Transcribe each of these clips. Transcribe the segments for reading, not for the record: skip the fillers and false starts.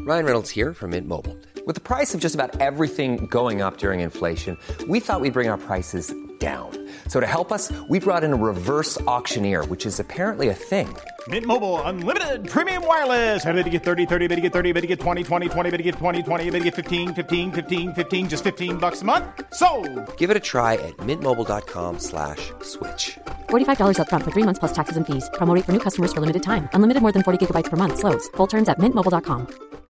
Ryan Reynolds here from Mint Mobile. With the price of just about everything going up during inflation, we thought we'd bring our prices down. So to help us, we brought in a reverse auctioneer, which is apparently a thing. Mint Mobile Unlimited Premium Wireless. How to get 30, 30, how to get 30, how to get 20, 20, 20, how to get 20, 20, how to get 15, 15, 15, 15, just $15 a month? Sold! Give it a try at mintmobile.com/switch. $45 up front for 3 months plus taxes and fees. Promo rate for new customers for limited time. Unlimited more than 40 gigabytes per month. Slows full terms at mintmobile.com.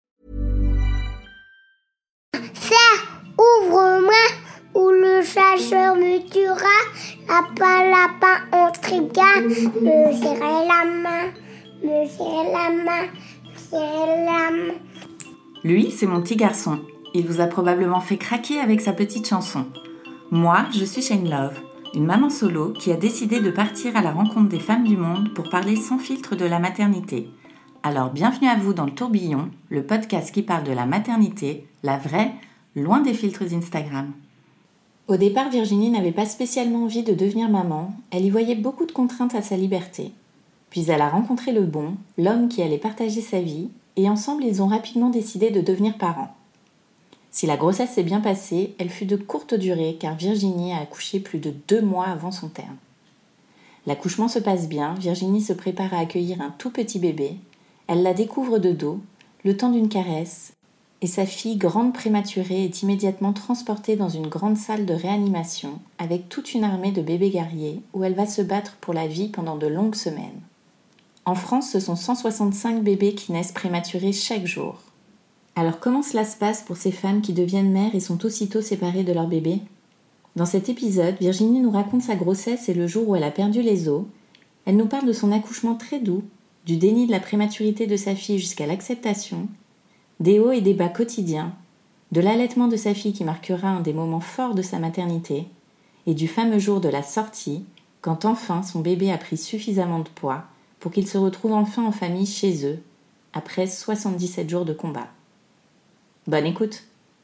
Ça, ouvre-moi, ou le chasseur me tuera. Lapin, lapin, on tricane. Me serrer la main, me serrer la main, me serrer la main. Lui, c'est mon petit garçon. Il vous a probablement fait craquer avec sa petite chanson. Moi, je suis Shane Love, une maman solo qui a décidé de partir à la rencontre des femmes du monde pour parler sans filtre de la maternité. Alors bienvenue à vous dans le Tourbillon, le podcast qui parle de la maternité, la vraie, loin des filtres Instagram. Au départ, Virginie n'avait pas spécialement envie de devenir maman, elle y voyait beaucoup de contraintes à sa liberté. Puis elle a rencontré le bon, l'homme qui allait partager sa vie, et ensemble ils ont rapidement décidé de devenir parents. Si la grossesse s'est bien passée, elle fut de courte durée car Virginie a accouché plus de 2 mois avant son terme. L'accouchement se passe bien, Virginie se prépare à accueillir un tout petit bébé, elle la découvre de dos, le temps d'une caresse, et sa fille grande prématurée est immédiatement transportée dans une grande salle de réanimation avec toute une armée de bébés guerriers où elle va se battre pour la vie pendant de longues semaines. En France, ce sont 165 bébés qui naissent prématurés chaque jour. Alors comment cela se passe pour ces femmes qui deviennent mères et sont aussitôt séparées de leur bébé ? Dans cet épisode, Virginie nous raconte sa grossesse et le jour où elle a perdu les os. Elle nous parle de son accouchement très doux, du déni de la prématurité de sa fille jusqu'à l'acceptation, des hauts et des bas quotidiens, de l'allaitement de sa fille qui marquera un des moments forts de sa maternité, et du fameux jour de la sortie, quand enfin son bébé a pris suffisamment de poids pour qu'il se retrouve enfin en famille chez eux, après 77 jours de combat. Bonne écoute.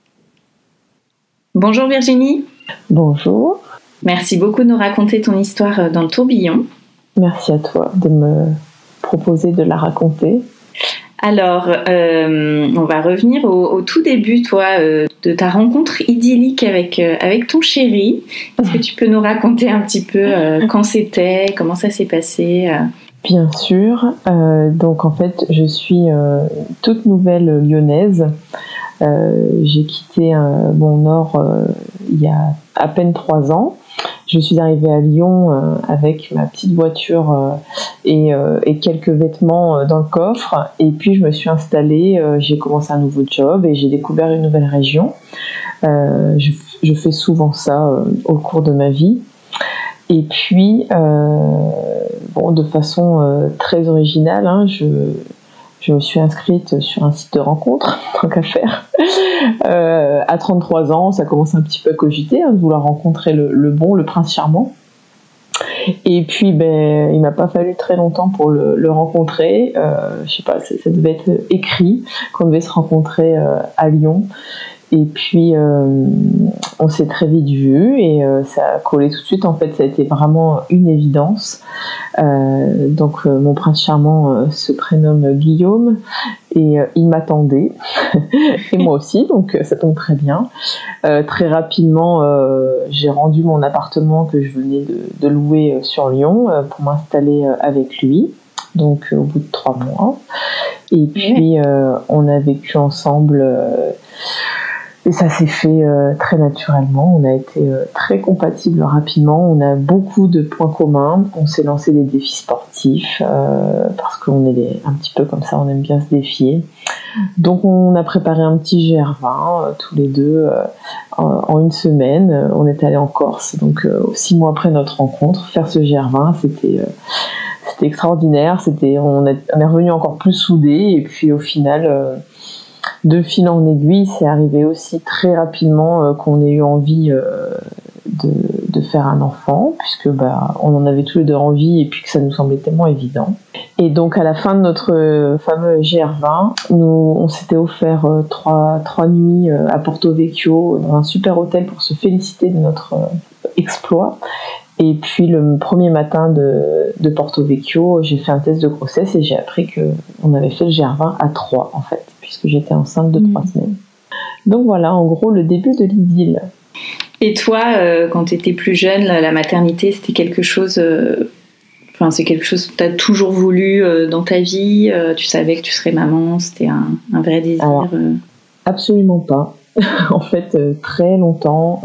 Bonjour Virginie. Bonjour. Merci beaucoup de nous raconter ton histoire dans le tourbillon. Merci à toi de me proposer de la raconter. Alors, on va revenir au tout début, toi, de ta rencontre idyllique avec ton chéri. Est-ce que tu peux nous raconter un petit peu quand c'était, comment ça s'est passé Bien sûr. Donc en fait, je suis toute nouvelle lyonnaise. J'ai quitté mon nord il y a à peine 3 ans. Je suis arrivée à Lyon avec ma petite voiture et quelques vêtements dans le coffre. Et puis je me suis installée, j'ai commencé un nouveau job et j'ai découvert une nouvelle région. Je fais souvent ça au cours de ma vie. Et puis, de façon très originale, je me suis inscrite sur un site de rencontre, tant qu'à faire. À 33 ans, ça commence un petit peu à cogiter, de vouloir rencontrer le bon, le prince charmant. Et puis, il m'a pas fallu très longtemps pour le rencontrer. Je sais pas, ça devait être écrit qu'on devait se rencontrer à Lyon. Et puis, on s'est très vite vus et ça a collé tout de suite. En fait, ça a été vraiment une évidence. Donc, mon prince charmant se prénomme Guillaume et il m'attendait. Et moi aussi, donc ça tombe très bien. Très rapidement, j'ai rendu mon appartement que je venais de louer sur Lyon pour m'installer avec lui. Donc, au bout de 3 mois. Et puis, on a vécu ensemble... Et ça s'est fait très naturellement, on a été très compatibles rapidement, on a beaucoup de points communs, on s'est lancé des défis sportifs, parce qu'on est un petit peu comme ça, on aime bien se défier. Donc on a préparé un petit GR20 tous les deux en une semaine, on est allé en Corse, donc 6 mois après notre rencontre, faire ce GR20, c'était extraordinaire, on est revenu encore plus soudés, et puis au final... de fil en aiguille, c'est arrivé aussi très rapidement qu'on ait eu envie de faire un enfant, puisque on en avait tous les deux envie et puis que ça nous semblait tellement évident. Et donc à la fin de notre fameux GR20, on s'était offert 3 nuits à Porto Vecchio dans un super hôtel pour se féliciter de notre exploit. Et puis le premier matin de Porto Vecchio, j'ai fait un test de grossesse et j'ai appris qu'on avait fait le GR20 à 3 en fait. puisque j'étais enceinte de 3 semaines. Donc voilà, en gros, le début de l'idylle. Et toi, quand tu étais plus jeune, la maternité, c'était quelque chose... c'est quelque chose que tu as toujours voulu dans ta vie. Tu savais que tu serais maman, c'était un vrai désir. Alors, absolument pas. En fait, très longtemps,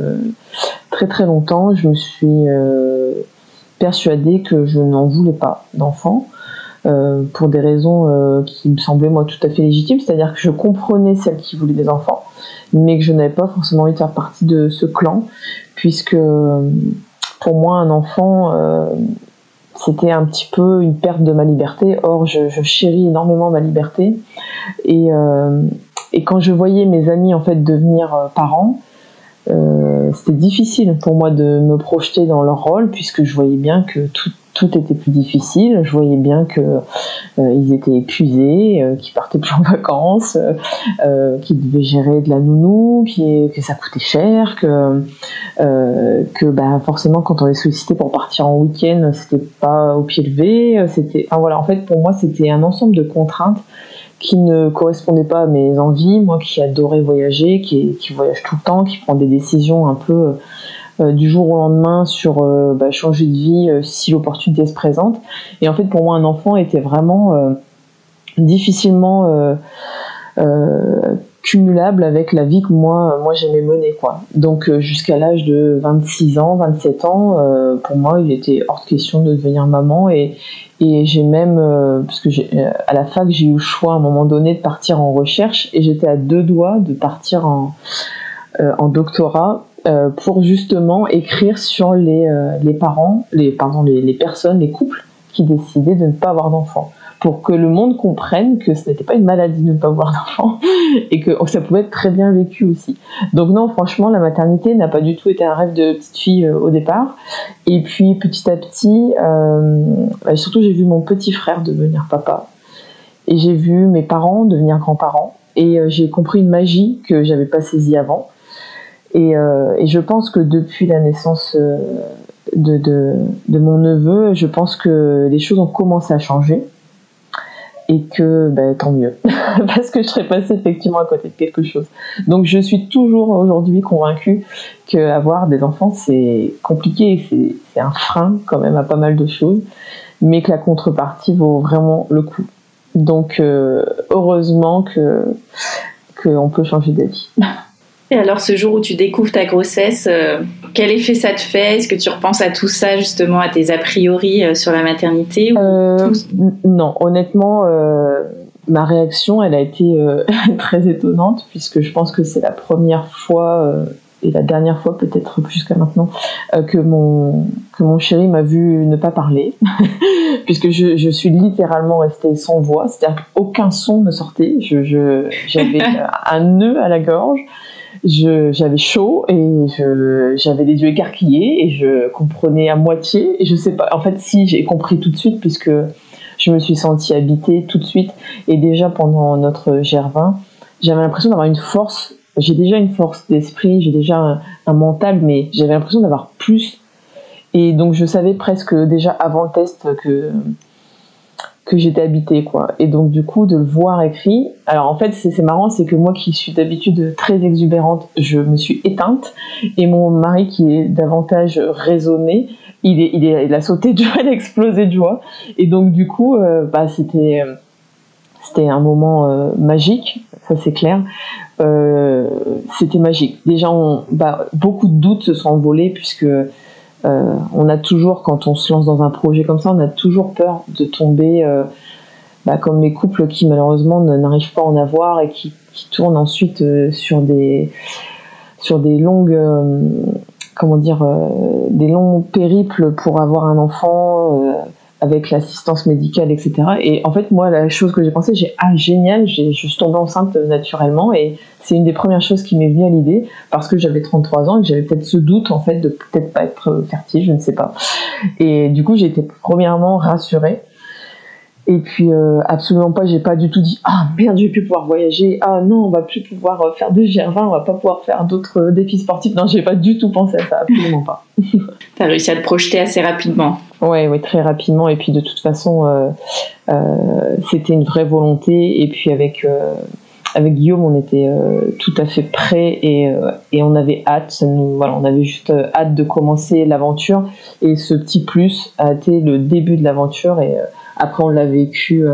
je me suis persuadée que je n'en voulais pas d'enfant, pour des raisons qui me semblaient moi tout à fait légitimes. C'est-à-dire que je comprenais celles qui voulaient des enfants, mais que je n'avais pas forcément envie de faire partie de ce clan, puisque pour moi, un enfant... c'était un petit peu une perte de ma liberté. Or, je chéris énormément ma liberté. Et quand je voyais mes amis en fait devenir parents, c'était difficile pour moi de me projeter dans leur rôle, puisque je voyais bien que tout était plus difficile. Je voyais bien que ils étaient épuisés, qu'ils partaient plus en vacances, qu'ils devaient gérer de la nounou, que ça coûtait cher, que forcément quand on les sollicitait pour partir en week-end, c'était pas au pied levé. En fait, pour moi, c'était un ensemble de contraintes qui ne correspondaient pas à mes envies. Moi, qui adorais voyager, qui voyage tout le temps, qui prend des décisions un peu du jour au lendemain sur changer de vie si l'opportunité se présente. Et en fait, pour moi, un enfant était vraiment difficilement cumulable avec la vie que moi j'aimais mener, quoi. Donc jusqu'à l'âge de 26 ans, 27 ans, pour moi, il était hors de question de devenir maman. Et j'ai même, parce que à la fac, j'ai eu le choix à un moment donné de partir en recherche, et j'étais à 2 doigts de partir en doctorat, pour justement écrire sur les personnes, les couples qui décidaient de ne pas avoir d'enfants, pour que le monde comprenne que ce n'était pas une maladie de ne pas avoir d'enfants, et que ça pouvait être très bien vécu aussi. Donc non, franchement, la maternité n'a pas du tout été un rêve de petite fille au départ. Et puis petit à petit, surtout j'ai vu mon petit frère devenir papa, et j'ai vu mes parents devenir grands-parents, et j'ai compris une magie que j'avais pas saisie avant. Et je pense que depuis la naissance de mon neveu, je pense que les choses ont commencé à changer, et que tant mieux, parce que je serais passée effectivement à côté de quelque chose. Donc je suis toujours aujourd'hui convaincue qu'avoir des enfants, c'est compliqué, c'est un frein quand même à pas mal de choses, mais que la contrepartie vaut vraiment le coup. Donc heureusement qu'on peut changer d'avis. Et alors, ce jour où tu découvres ta grossesse, quel effet ça te fait ? Est-ce que tu repenses à tout ça, justement, à tes a priori sur la maternité Non, honnêtement, ma réaction, elle a été très étonnante, puisque je pense que c'est la première fois, et la dernière fois peut-être jusqu'à maintenant, que mon chéri m'a vu ne pas parler, puisque je suis littéralement restée sans voix, c'est-à-dire qu'aucun son ne sortait. J'avais un nœud à la gorge. J'avais chaud, et j'avais les yeux écarquillés, et je comprenais à moitié, et je sais pas, en fait si, j'ai compris tout de suite, puisque je me suis sentie habitée tout de suite. Et déjà pendant notre GR20, j'avais l'impression d'avoir une force. J'ai déjà une force d'esprit, j'ai déjà un mental, mais j'avais l'impression d'avoir plus. Et donc je savais presque déjà avant le test que j'étais habitée, quoi. Et donc du coup, de le voir écrit, alors en fait c'est marrant, c'est que moi qui suis d'habitude très exubérante, je me suis éteinte, et mon mari qui est davantage raisonné, il a sauté de joie, il a explosé de joie. Et donc du coup c'était un moment magique, ça c'est clair. C'était magique. Déjà beaucoup de doutes se sont envolés, puisque on a toujours, quand on se lance dans un projet comme ça, on a toujours peur de tomber comme les couples qui malheureusement n'arrivent pas à en avoir, et qui tournent ensuite sur des longues des longs périples pour avoir un enfant, avec l'assistance médicale, etc. Et en fait, moi, la chose que j'ai pensé, génial, je suis tombée enceinte naturellement, et c'est une des premières choses qui m'est venue à l'idée, parce que j'avais 33 ans et que j'avais peut-être ce doute, en fait, de peut-être pas être fertile, je ne sais pas. Et du coup, j'ai été premièrement rassurée. Et puis absolument pas, j'ai pas du tout dit ah merde, je vais plus pouvoir voyager, ah non, on va plus pouvoir faire de GR20, on va pas pouvoir faire d'autres défis sportifs. Non, j'ai pas du tout pensé à ça, absolument pas. T'as réussi à te projeter assez rapidement. Ouais, très rapidement. Et puis de toute façon, c'était une vraie volonté. Et puis avec Guillaume, on était tout à fait prêts et on avait hâte. On avait juste hâte de commencer l'aventure. Et ce petit plus a été le début de l'aventure. Et après, on l'a vécu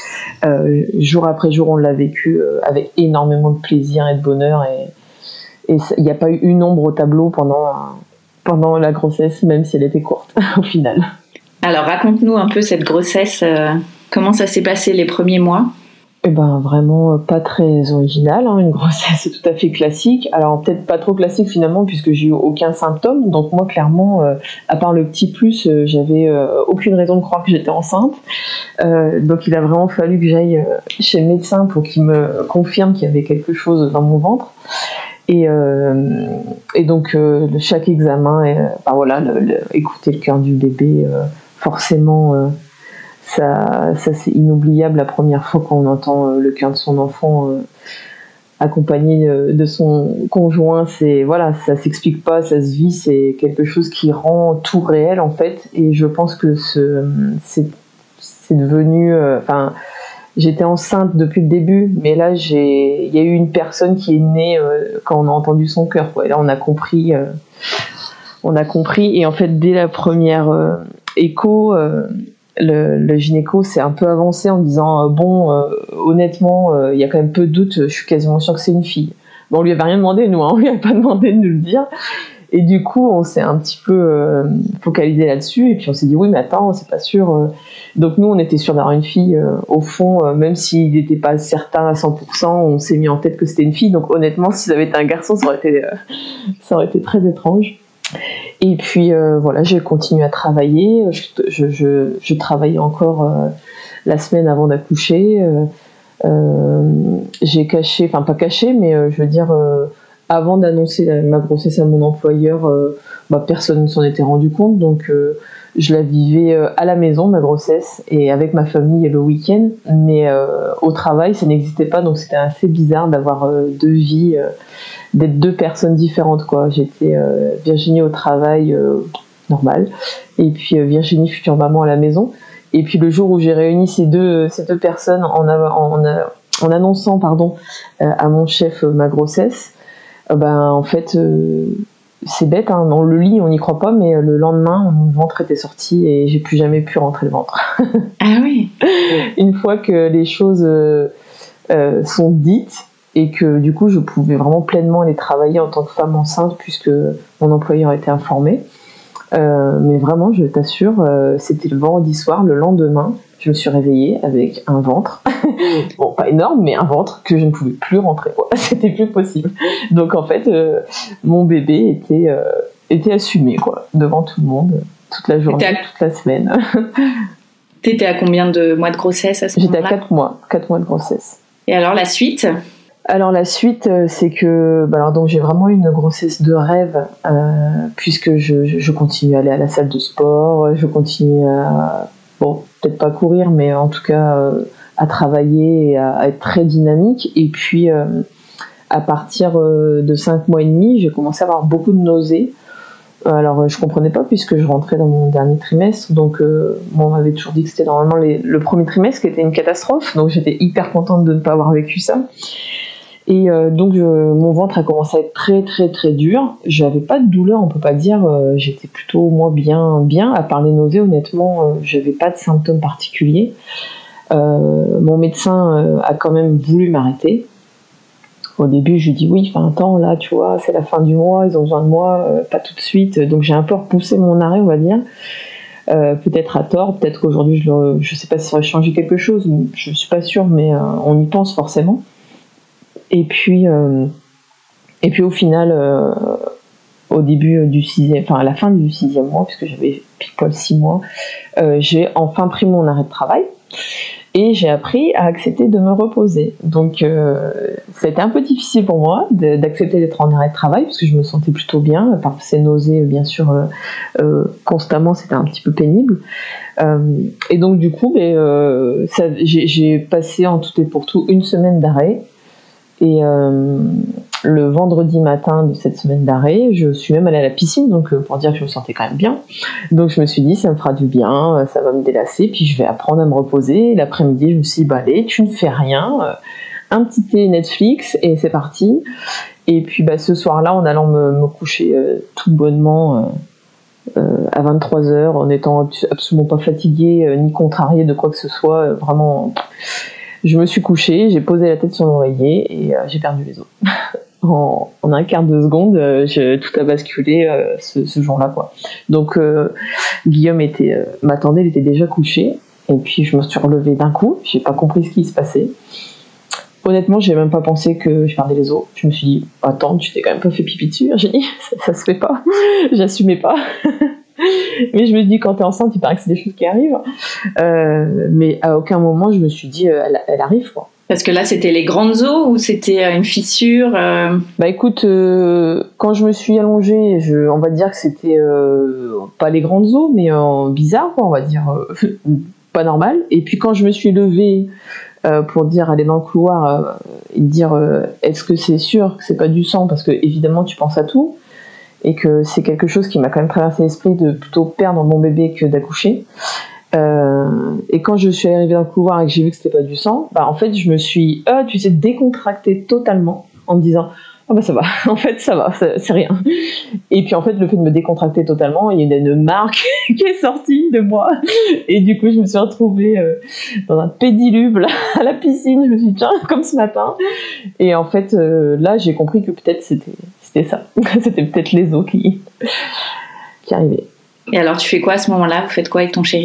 jour après jour. On l'a vécu avec énormément de plaisir et de bonheur. Et il n'y a pas eu une ombre au tableau pendant la grossesse, même si elle était courte au final. Alors raconte-nous un peu cette grossesse. Comment ça s'est passé les premiers mois ? Vraiment pas très original, hein, une grossesse tout à fait classique. Alors peut-être pas trop classique finalement puisque j'ai eu aucun symptôme. Donc moi clairement, à part le petit plus, j'avais aucune raison de croire que j'étais enceinte. Donc il a vraiment fallu que j'aille chez le médecin pour qu'il me confirme qu'il y avait quelque chose dans mon ventre. Et donc chaque examen, écouter le cœur du bébé, forcément. Ça c'est inoubliable la première fois qu'on entend le cœur de son enfant accompagné de son conjoint. Ça s'explique pas, ça se vit, c'est quelque chose qui rend tout réel en fait. Et je pense que c'est devenu. J'étais enceinte depuis le début, mais là il y a eu une personne qui est née quand on a entendu son cœur, quoi. Et là on a compris. Et en fait dès la première écho. Le gynéco s'est un peu avancé en disant honnêtement il y a quand même peu de doute, je suis quasiment sûre que c'est une fille. Bon, on lui avait rien demandé, nous, on lui avait pas demandé de nous le dire, et du coup on s'est un petit peu focalisé là-dessus, et puis on s'est dit oui mais attends, c'est pas sûr. Donc nous on était sûrs d'avoir une fille au fond, même s'il n'était pas certain à 100%, on s'est mis en tête que c'était une fille. Donc honnêtement si ça avait été un garçon ça aurait été très étrange. Et puis j'ai continué à travailler. Je travaillais encore la semaine avant d'accoucher. J'ai caché, enfin pas caché, mais avant d'annoncer ma grossesse à mon employeur, personne ne s'en était rendu compte. Donc je la vivais à la maison, ma grossesse, et avec ma famille le week-end. Mais au travail, ça n'existait pas, donc c'était assez bizarre d'avoir deux vies. D'être deux personnes différentes, quoi. J'étais Virginie au travail normal, et puis Virginie future maman à la maison. Et puis le jour où j'ai réuni ces deux personnes en annonçant à mon chef ma grossesse, en fait c'est bête, hein, on le lit, on n'y croit pas, mais le lendemain mon ventre était sorti et j'ai plus jamais pu rentrer le ventre. Ah oui. Une fois que les choses sont dites et que du coup je pouvais vraiment pleinement aller travailler en tant que femme enceinte puisque mon employeur était informé. Mais vraiment, je t'assure, c'était le vendredi soir, le lendemain, je me suis réveillée avec un ventre, bon pas énorme, mais un ventre que je ne pouvais plus rentrer, quoi. C'était plus possible. Donc en fait, mon bébé était assumé, quoi, devant tout le monde, toute la journée, toute la semaine. T'étais à combien de mois de grossesse à ce moment-là ? J'étais à 4 mois de grossesse. Et alors la suite ? Alors la suite, c'est que donc j'ai vraiment eu une grossesse de rêve puisque je continue à aller à la salle de sport, je continue à peut-être pas courir, mais en tout cas à travailler et à être très dynamique. Et puis à partir de 5 mois et demi, j'ai commencé à avoir beaucoup de nausées. Alors je comprenais pas puisque je rentrais dans mon dernier trimestre, donc on m'avait toujours dit que c'était normalement le premier trimestre qui était une catastrophe, donc j'étais hyper contente de ne pas avoir vécu ça. Et donc mon ventre a commencé à être très très très dur. J'avais pas de douleur, on peut pas dire. J'étais plutôt moi bien. À part les nausées, honnêtement, j'avais pas de symptômes particuliers. Mon médecin a quand même voulu m'arrêter. Au début, je lui dis oui. Enfin attends, là, tu vois, c'est la fin du mois, ils ont besoin de moi, pas tout de suite. Donc j'ai un peu repoussé mon arrêt, on va dire. Peut-être à tort, peut-être qu'aujourd'hui, je sais pas si ça aurait changé quelque chose. Je suis pas sûre, mais on y pense forcément. Et puis au final, au début à la fin du 6e mois, puisque j'avais pile poil 6 mois, j'ai enfin pris mon arrêt de travail et j'ai appris à accepter de me reposer. Donc ça a été un peu difficile pour moi d'accepter d'être en arrêt de travail parce que je me sentais plutôt bien. Par ces nausées, bien sûr, constamment, c'était un petit peu pénible. Et donc du coup, j'ai passé en tout et pour tout 1 semaine d'arrêt. Et le vendredi matin de cette semaine d'arrêt, je suis même allée à la piscine, donc pour dire que je me sentais quand même bien. Donc je me suis dit, ça me fera du bien, ça va me délasser, puis je vais apprendre à me reposer. Et l'après-midi, je me suis dit, allez, tu ne fais rien, un petit thé Netflix, et c'est parti. Et puis ce soir-là, en allant me coucher tout bonnement à 23h, en étant absolument pas fatiguée, ni contrariée de quoi que ce soit, vraiment... Je me suis couchée, j'ai posé la tête sur l'oreiller et j'ai perdu les os. en un quart de seconde, tout a basculé ce jour-là, quoi. Donc Guillaume m'attendait, il était déjà couché. Et puis je me suis relevée d'un coup, j'ai pas compris ce qui se passait. Honnêtement, j'ai même pas pensé que je perdais les os. Je me suis dit, attends, tu t'es quand même pas fait pipi dessus, Virginie, ça se fait pas. J'assumais pas. Mais je me dis, quand t'es enceinte, il paraît que c'est des choses qui arrivent. Mais à aucun moment, je me suis dit, elle arrive, quoi. Parce que là, c'était les grandes os ou c'était une fissure Écoute, quand je me suis allongée, on va dire que c'était pas les grandes os, mais bizarre, quoi, on va dire pas normal. Et puis quand je me suis levée pour dire aller dans le couloir et dire est-ce que c'est sûr que c'est pas du sang, parce que évidemment tu penses à tout. Et que c'est quelque chose qui m'a quand même traversé l'esprit de plutôt perdre mon bébé que d'accoucher. Et quand je suis arrivée dans le couloir et que j'ai vu que c'était pas du sang, en fait je me suis décontractée totalement en me disant ça va, en fait ça va, c'est rien. Et puis en fait le fait de me décontracter totalement, il y a une marque qui est sortie de moi et du coup je me suis retrouvée dans un pédiluve à la piscine. Je me suis dit tiens, comme ce matin. Et en fait là j'ai compris que peut-être c'était ça. C'était peut-être les os qui arrivaient. Et alors, tu fais quoi à ce moment-là ? Vous faites quoi avec ton chéri ?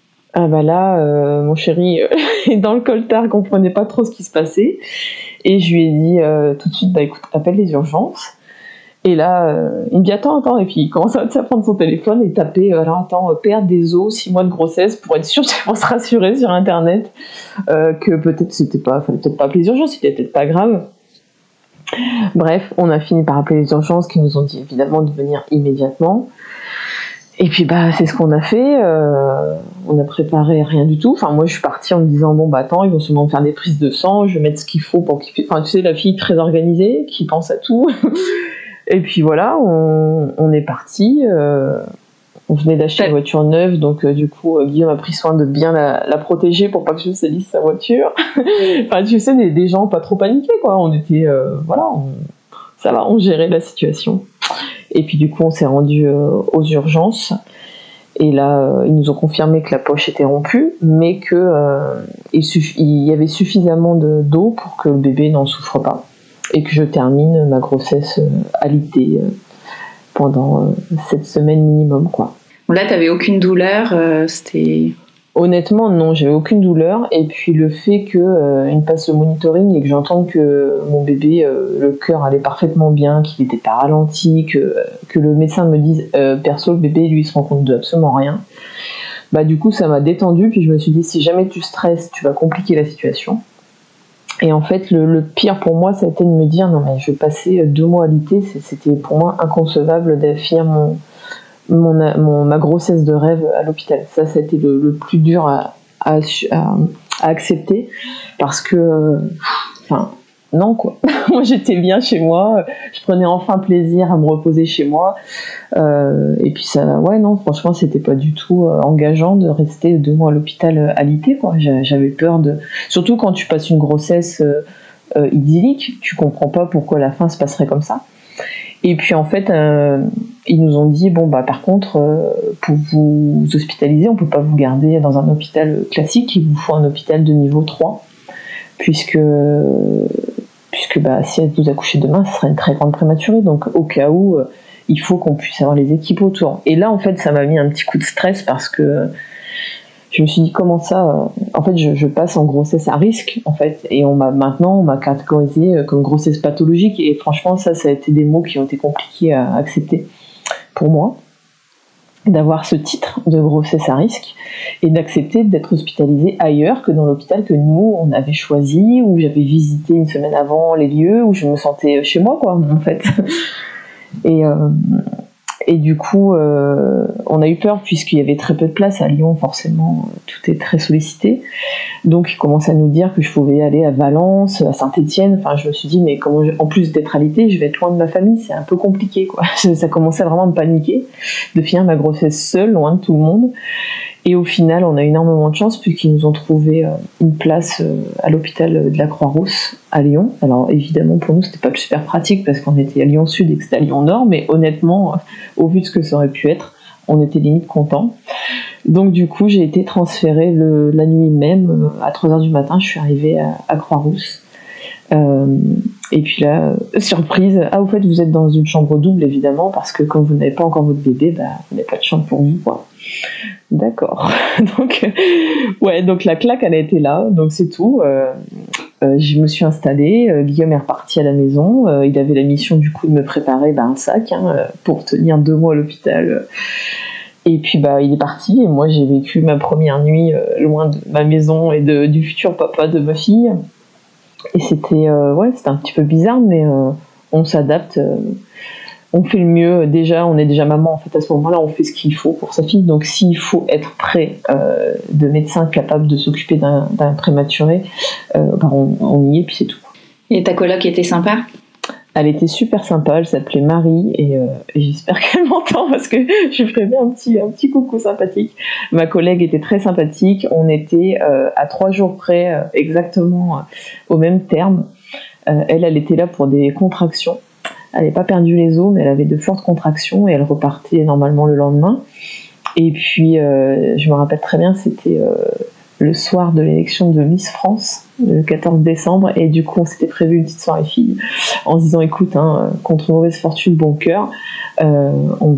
Là, mon chéri est dans le coltard, comprenait pas trop ce qui se passait. Et je lui ai dit tout de suite, écoute, appelle les urgences. Et là, il me dit, attends. Et puis, il commence à prendre son téléphone et taper, perdre des os, 6 mois de grossesse, pour être sûr, pour se rassurer sur Internet, que peut-être fallait peut-être pas appeler les urgences, c'était peut-être pas grave. Bref, on a fini par appeler les urgences qui nous ont dit évidemment de venir immédiatement. Et puis c'est ce qu'on a fait. On a préparé rien du tout. Enfin moi je suis partie en me disant attends, ils vont sûrement me faire des prises de sang, je vais mettre ce qu'il faut pour qu'ils... Enfin tu sais, la fille très organisée qui pense à tout. Et puis voilà, on est parti. On venait d'acheter une voiture neuve, donc du coup Guillaume a pris soin de bien la protéger pour pas que je salisse sa voiture. Enfin tu sais, des gens pas trop paniqués, quoi. On était ça va, on gérait la situation. Et puis du coup on s'est rendu aux urgences et là ils nous ont confirmé que la poche était rompue, mais que il y avait suffisamment d'eau pour que le bébé n'en souffre pas et que je termine ma grossesse alitée pendant 7 semaines minimum, quoi. Là, t'avais aucune douleur, c'était... Honnêtement, non, j'avais aucune douleur. Et puis le fait qu'il me passe le monitoring et que j'entende que mon bébé, le cœur allait parfaitement bien, qu'il n'était pas ralenti, que le médecin me dise perso, le bébé, lui, il se rend compte de absolument rien. Du coup, ça m'a détendue. Puis je me suis dit, si jamais tu stresses, tu vas compliquer la situation. Et en fait, le pire pour moi, ça a été de me dire, non mais je vais passer 2 mois alitée. C'était pour moi inconcevable de finir ma grossesse de rêve à l'hôpital. Ça a été le plus dur à accepter, parce que non, quoi. Moi j'étais bien chez moi, je prenais enfin plaisir à me reposer chez moi, et puis franchement c'était pas du tout engageant de rester 2 mois à l'hôpital alitée, quoi. J'avais peur surtout quand tu passes une grossesse idyllique, tu comprends pas pourquoi la fin se passerait comme ça. Et puis en fait, ils nous ont dit par contre, pour vous hospitaliser, on peut pas vous garder dans un hôpital classique, il vous faut un hôpital de niveau 3, puisque si elle vous accouchez demain, ce serait une très grande prématurée. Donc au cas où, il faut qu'on puisse avoir les équipes autour. Et là en fait, ça m'a mis un petit coup de stress, parce que je me suis dit, comment ça en fait je passe en grossesse à risque, en fait, et on m'a catégorisé comme grossesse pathologique, et franchement ça a été des mots qui ont été compliqués à accepter pour moi. d'avoir ce titre de grossesse à risque et d'accepter d'être hospitalisée ailleurs que dans l'hôpital que nous, on avait choisi, où j'avais visité une semaine avant les lieux, où je me sentais chez moi, quoi, en fait. Et du coup, on a eu peur puisqu'il y avait très peu de place à Lyon, forcément, tout est très sollicité. Donc, ils commençaient à nous dire que je pouvais aller à Valence, à Saint-Étienne. Enfin, je me suis dit, mais comment, en plus d'être alitée, je vais être loin de ma famille, c'est un peu compliqué, quoi. Ça commençait vraiment à me paniquer de finir ma grossesse seule, loin de tout le monde. Et au final, on a eu énormément de chance puisqu'ils nous ont trouvé une place à l'hôpital de la Croix-Rousse à Lyon. Alors évidemment, pour nous, c'était pas super pratique parce qu'on était à Lyon Sud et que c'était à Lyon Nord, mais honnêtement, au vu de ce que ça aurait pu être, on était limite contents. Donc du coup, j'ai été transférée la nuit même, à 3h du matin, je suis arrivée à Croix-Rousse. Et puis là, surprise, au fait, vous êtes dans une chambre double, évidemment, parce que quand vous n'avez pas encore votre bébé, vous n'avez pas de chambre pour vous, quoi. D'accord. Donc la claque, elle a été là, donc c'est tout. Je me suis installée, Guillaume est reparti à la maison, il avait la mission du coup de me préparer un sac pour tenir 2 mois à l'hôpital. Et puis il est parti, et moi j'ai vécu ma première nuit loin de ma maison et du futur papa de ma fille. Et c'était un petit peu bizarre, mais on s'adapte, on fait le mieux. Déjà, on est déjà maman, en fait, à ce moment-là, on fait ce qu'il faut pour sa fille. Donc, s'il faut être près de médecins capables de s'occuper d'un prématuré, on y est, puis c'est tout. Et ta coloc était sympa ? Elle était super sympa, elle s'appelait Marie, et j'espère qu'elle m'entend parce que je ferais bien un petit coucou sympathique. Ma collègue était très sympathique, on était à 3 jours près, exactement au même terme. Elle était là pour des contractions. Elle n'avait pas perdu les os, mais elle avait de fortes contractions et elle repartait normalement le lendemain. Et puis, je me rappelle très bien, c'était le soir de l'élection de Miss France, le 14 décembre, et du coup, on s'était prévu une petite soirée filles en se disant, écoute, contre mauvaise fortune, bon cœur, on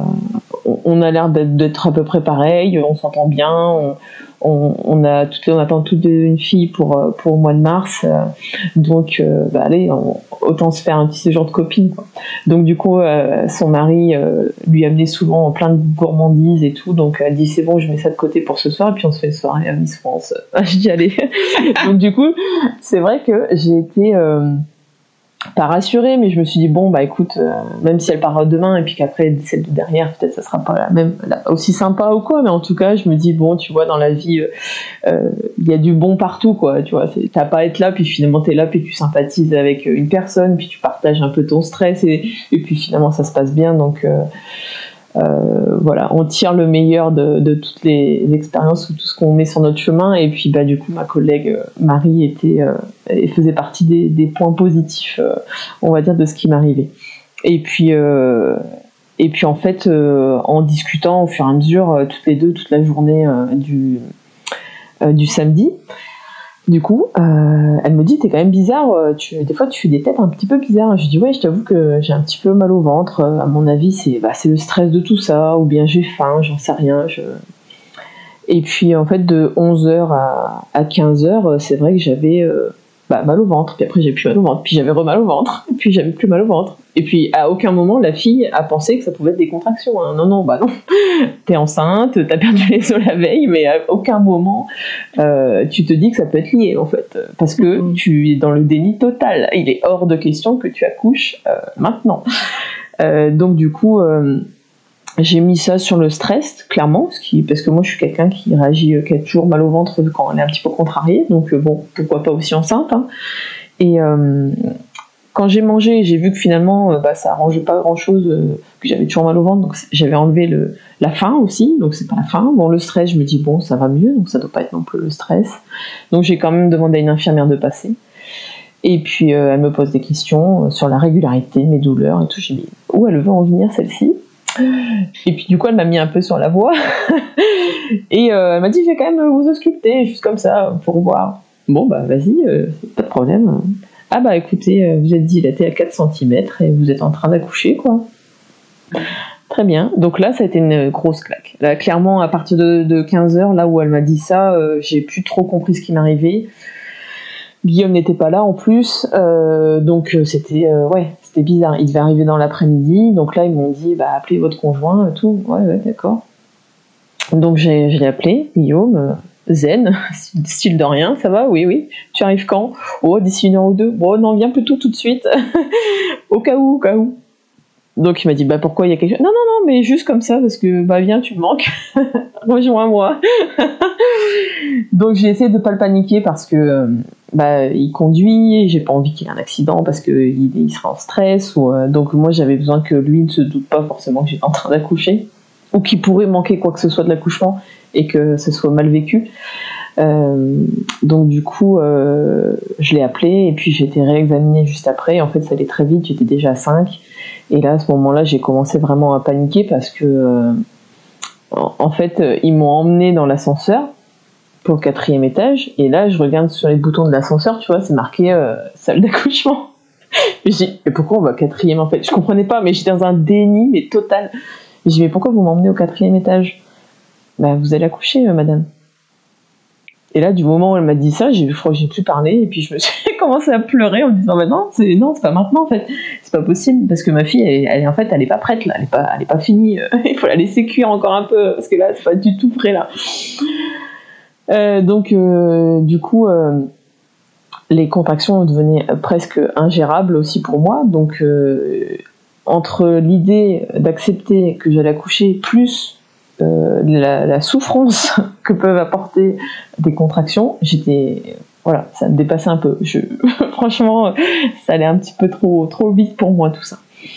a l'air d'être à peu près pareil, on s'entend bien, on attend toutes une fille pour le mois de mars, donc allez, autant se faire un petit séjour de copine, quoi. Donc du coup son mari lui amenait souvent plein de gourmandises et tout, donc elle dit c'est bon, je mets ça de côté pour ce soir et puis on se fait une soirée à Miss France. Je dis allez. Donc du coup c'est vrai que j'ai été pas rassurée, mais je me suis dit bon écoute, même si elle part demain et puis qu'après celle de derrière peut-être ça sera pas aussi sympa ou quoi, mais en tout cas je me dis bon, tu vois, dans la vie il y a du bon partout, quoi, tu vois, t'as pas à être là puis finalement t'es là puis tu sympathises avec une personne puis tu partages un peu ton stress et puis finalement ça se passe bien, donc on tire le meilleur de toutes les expériences ou tout ce qu'on met sur notre chemin. Et puis du coup ma collègue Marie faisait partie des points positifs, on va dire, de ce qui m'arrivait. Et puis en fait en discutant au fur et à mesure toutes les deux toute la journée du samedi, du coup elle me dit t'es quand même bizarre, des fois tu fais des têtes un petit peu bizarres. Je dis ouais, je t'avoue que j'ai un petit peu mal au ventre, à mon avis c'est le stress de tout ça, ou bien j'ai faim, j'en sais rien. Et puis en fait de 11h à 15h c'est vrai que j'avais mal au ventre, puis après j'ai plus mal au ventre, puis j'avais re mal au ventre, puis j'avais plus mal au ventre, et puis à aucun moment la fille a pensé que ça pouvait être des contractions, non, t'es enceinte, t'as perdu les os la veille, mais à aucun moment tu te dis que ça peut être lié en fait, parce que tu es dans le déni total, il est hors de question que tu accouches maintenant. Donc du coup j'ai mis ça sur le stress, clairement, parce que moi je suis quelqu'un qui a toujours mal au ventre quand on est un petit peu contrarié, donc pourquoi pas aussi enceinte, hein. Et quand j'ai mangé, j'ai vu que finalement ça arrangeait pas grand chose, que j'avais toujours mal au ventre, donc j'avais enlevé la faim aussi, donc c'est pas la faim. Bon, le stress, je me dis bon, ça va mieux, donc ça doit pas être non plus le stress, donc j'ai quand même demandé à une infirmière de passer. Et puis elle me pose des questions sur la régularité de mes douleurs et tout. J'ai dit où elle veut en venir celle-ci. Et puis du coup elle m'a mis un peu sur la voie et elle m'a dit je vais quand même vous ausculter juste comme ça pour voir. Bon vas-y, pas de problème. Écoutez, vous êtes dilatée à 4 cm et vous êtes en train d'accoucher, quoi. Très bien. Donc là ça a été une grosse claque. Là clairement à partir de 15h, là où elle m'a dit ça, j'ai plus trop compris ce qui m'arrivait. Guillaume n'était pas là en plus, donc c'était bizarre. Il devait arriver dans l'après-midi, donc là ils m'ont dit appelez votre conjoint et tout. Ouais, d'accord. Donc je l'ai appelé, Guillaume, zen, style de rien, ça va? Oui. Tu arrives quand? Oh, d'ici 1 heure ou 2. Bon, non, viens plutôt tout de suite. Au cas où. Donc il m'a dit pourquoi il y a quelque chose? Non, mais juste comme ça, parce que viens, tu me manques. Rejoins-moi. Donc j'ai essayé de pas le paniquer parce que il conduit, et j'ai pas envie qu'il ait un accident parce que il sera en stress, donc moi j'avais besoin que lui ne se doute pas forcément que j'étais en train d'accoucher, ou qu'il pourrait manquer quoi que ce soit de l'accouchement et que ce soit mal vécu. Donc du coup je l'ai appelé et puis j'ai été réexaminée juste après. En fait ça allait très vite, j'étais déjà à 5, et là à ce moment-là j'ai commencé vraiment à paniquer parce que en fait ils m'ont emmenée dans l'ascenseur pour le 4e étage, et là je regarde sur les boutons de l'ascenseur, tu vois, c'est marqué salle d'accouchement. Et j'ai dit mais pourquoi on va 4e? En fait je comprenais pas, mais j'étais dans un déni mais total. J'ai dit mais pourquoi vous m'emmenez au 4e étage? Vous allez accoucher madame. Et là, du moment où elle m'a dit ça, je crois que j'ai plus parlé, et puis je me suis commencé à pleurer en me disant non, c'est pas maintenant en fait, c'est pas possible, parce que ma fille, elle est pas prête là, elle est pas finie, il faut la laisser cuire encore un peu, parce que là, c'est pas du tout prêt là. Donc du coup, les contractions devenaient presque ingérables aussi pour moi, donc entre l'idée d'accepter que j'allais accoucher plus la souffrance que peuvent apporter des contractions, ça me dépassait un peu. Franchement, ça allait un petit peu trop vite pour moi tout ça.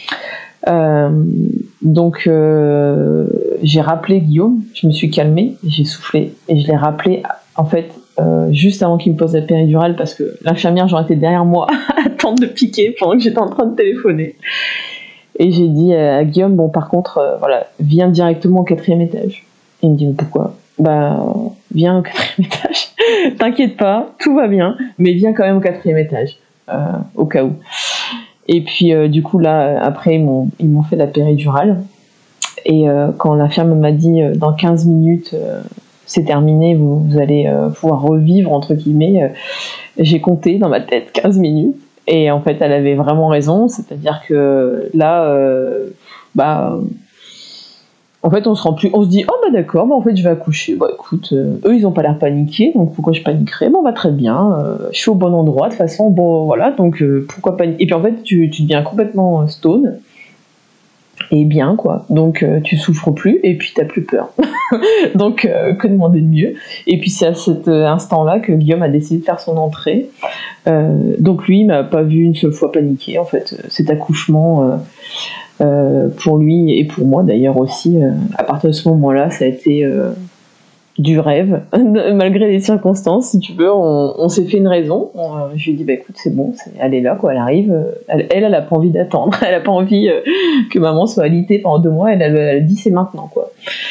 Donc j'ai rappelé Guillaume, je me suis calmée, j'ai soufflé et je l'ai rappelé en fait juste avant qu'il me pose la péridurale, parce que l'infirmière j'aurais été derrière moi à attendre de piquer pendant que j'étais en train de téléphoner. Et j'ai dit à Guillaume, par contre, viens directement au 4e étage. Et il me dit, mais pourquoi? Viens au 4e étage. T'inquiète pas, tout va bien, mais viens quand même au 4e étage, au cas où. Et puis, du coup, là, après, ils m'ont fait la péridurale. Et quand l'infirmière m'a dit, dans 15 minutes, c'est terminé, vous allez pouvoir revivre, entre guillemets, j'ai compté dans ma tête 15 minutes. Et en fait, elle avait vraiment raison, c'est-à-dire que là, en fait, on se dit, d'accord, en fait, je vais accoucher. Écoute, eux, ils ont pas l'air paniqués, donc pourquoi je paniquerais? Très bien, je suis au bon endroit, de toute façon, donc pourquoi paniquer? Et puis en fait, tu deviens complètement stone, et bien, quoi. Donc, tu souffres plus, et puis t'as plus peur. Donc, que demander de mieux? Et puis, c'est à cet instant-là que Guillaume a décidé de faire son entrée. Donc, lui, il m'a pas vu une seule fois paniquer, en fait. Cet accouchement, pour lui, et pour moi, d'ailleurs, aussi, à partir de ce moment-là, ça a été du rêve, malgré les circonstances, si tu veux. On s'est fait une raison. Je lui ai dit, écoute, c'est bon, elle est là, quoi, elle arrive. Elle a pas envie d'attendre. Elle a pas envie que maman soit alitée pendant 2 mois. Elle a dit, c'est maintenant, quoi.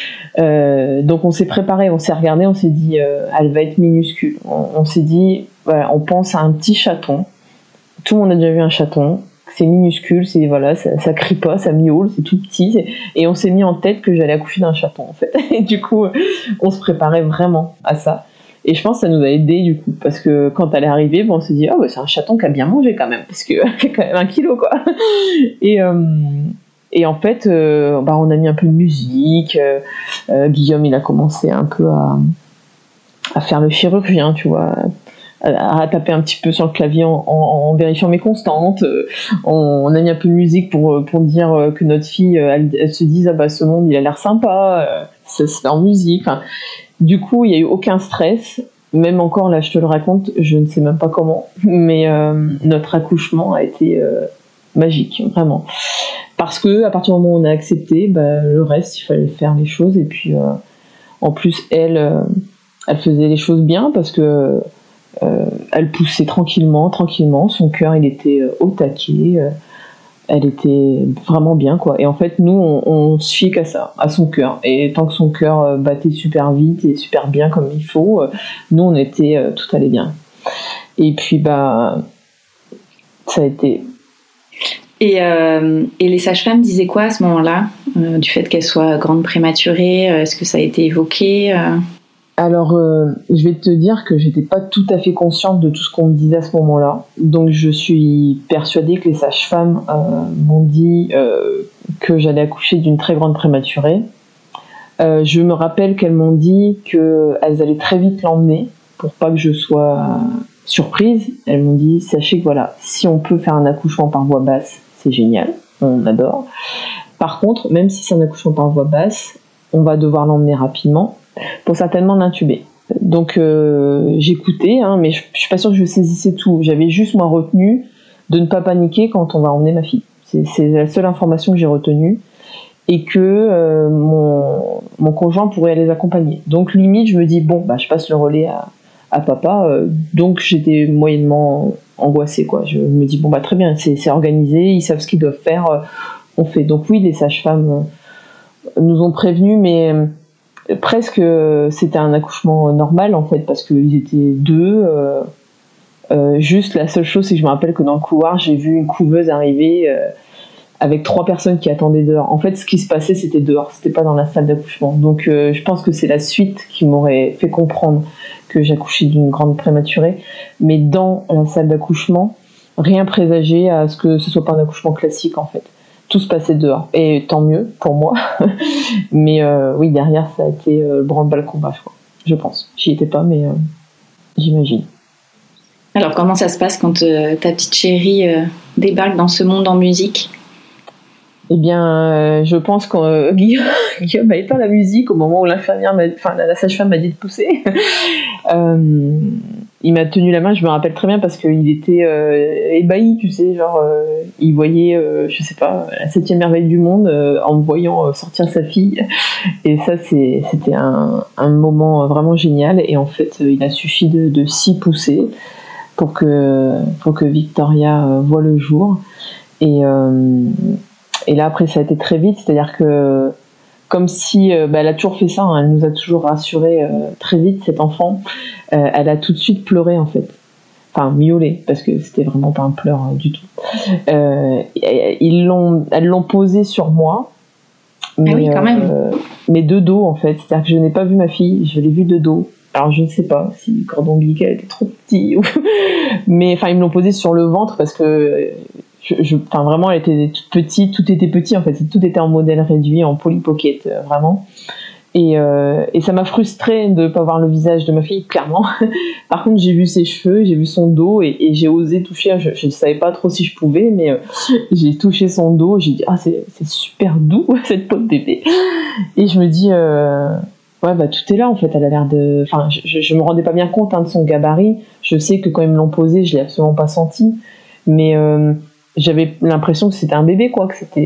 Donc on s'est préparé, on s'est regardé, on s'est dit, elle va être minuscule. On s'est dit, on pense à un petit chaton. Tout le monde a déjà vu un chaton. C'est minuscule, ça crie pas, ça miaule, c'est tout petit, et on s'est mis en tête que j'allais accoucher d'un chaton en fait. Et du coup, on se préparait vraiment à ça. Et je pense que ça nous a aidé du coup, parce que quand elle est arrivée, on s'est dit c'est un chaton qui a bien mangé quand même, parce que c'est quand même 1 kilo quoi. Et en fait, on a mis un peu de musique. Guillaume, il a commencé un peu à faire le chirurgien, tu vois, à taper un petit peu sur le clavier en vérifiant mes constantes. On a mis un peu de musique pour dire que notre fille, elle se dise ce monde il a l'air sympa, ça se fait en musique. Enfin, du coup, il n'y a eu aucun stress. Même encore là, je te le raconte, je ne sais même pas comment, mais notre accouchement a été magique, vraiment. Parce que à partir du moment où on a accepté, le reste, il fallait faire les choses. Et puis, en plus, elle faisait les choses bien parce que elle poussait tranquillement. Son cœur, il était au taquet. Elle était vraiment bien, quoi. Et en fait, nous, on se fiait qu'à ça, à son cœur. Et tant que son cœur battait super vite et super bien comme il faut, nous, on était, tout allait bien. Et puis, ça a été... Et les sages-femmes disaient quoi à ce moment-là, du fait qu'elle soit grande prématurée? Est-ce que ça a été évoqué? Alors, je vais te dire que j'étais pas tout à fait consciente de tout ce qu'on me disait à ce moment-là. Donc, je suis persuadée que les sages-femmes m'ont dit que j'allais accoucher d'une très grande prématurée. Je me rappelle qu'elles m'ont dit qu'elles allaient très vite l'emmener pour pas que je sois surprise. Elles m'ont dit, sachez que voilà, si on peut faire un accouchement par voie basse, c'est génial, on adore. Par contre, même si c'est un accouchement par voie basse, on va devoir l'emmener rapidement pour certainement l'intuber. Donc j'écoutais, mais je suis pas sûre que je saisissais tout. J'avais juste moi retenu de ne pas paniquer quand on va emmener ma fille. C'est la seule information que j'ai retenue, et que mon conjoint pourrait les accompagner. Donc limite, je me dis je passe le relais à papa. Donc j'étais moyennement angoissée, quoi. Je me dis très bien, c'est organisé, ils savent ce qu'ils doivent faire, on fait. Donc oui, les sages-femmes nous ont prévenus, mais presque c'était un accouchement normal en fait, parce qu'ils étaient deux. Juste la seule chose, c'est que je me rappelle que dans le couloir, j'ai vu une couveuse arriver avec 3 personnes qui attendaient dehors. En fait, ce qui se passait, c'était dehors, c'était pas dans la salle d'accouchement. Donc je pense que c'est la suite qui m'aurait fait comprendre que j'accouchais d'une grande prématurée. Mais dans la salle d'accouchement, rien présageait à ce que ce soit pas un accouchement classique en fait. Tout se passait dehors. Et tant mieux pour moi. Mais oui, derrière, ça a été le branle-bas combat, je pense. J'y étais pas, mais j'imagine. Alors, comment ça se passe quand ta petite chérie débarque dans ce monde en musique ? Eh bien, je pense que Guillaume a éteint la musique au moment où la sage-femme m'a dit de pousser. Il m'a tenu la main, je me rappelle très bien, parce qu'il était ébahi, tu sais, il voyait, je sais pas, la 7e merveille du monde en me voyant sortir sa fille. Et ça, c'était un moment vraiment génial. Et en fait, il a suffi de 6 poussées pour que Victoria voie le jour. Et là, après, ça a été très vite, c'est-à-dire que, comme si elle a toujours fait ça, elle nous a toujours rassurés très vite, cette enfant. Elle a tout de suite pleuré, en fait. Enfin, miaulé, parce que c'était vraiment pas un pleur du tout. Elles l'ont posé sur moi. Mais, oui, quand même. Mais de dos, en fait. C'est-à-dire que je n'ai pas vu ma fille, je l'ai vue de dos. Alors, je ne sais pas si le cordon ombilical était trop petit. Mais ils me l'ont posé sur le ventre parce que... vraiment, elle était toute petite, tout était petit en fait, tout était en modèle réduit, en Polly Pocket, vraiment. Et ça m'a frustrée de ne pas voir le visage de ma fille, clairement. Par contre, j'ai vu ses cheveux, j'ai vu son dos, et j'ai osé toucher. Je ne savais pas trop si je pouvais, mais j'ai touché son dos. J'ai dit, c'est super doux cette peau de bébé. Et je me dis, tout est là en fait. Elle a l'air de. Enfin, je me rendais pas bien compte de son gabarit. Je sais que quand ils me l'ont posé, je l'ai absolument pas senti, mais j'avais l'impression que c'était un bébé, quoi,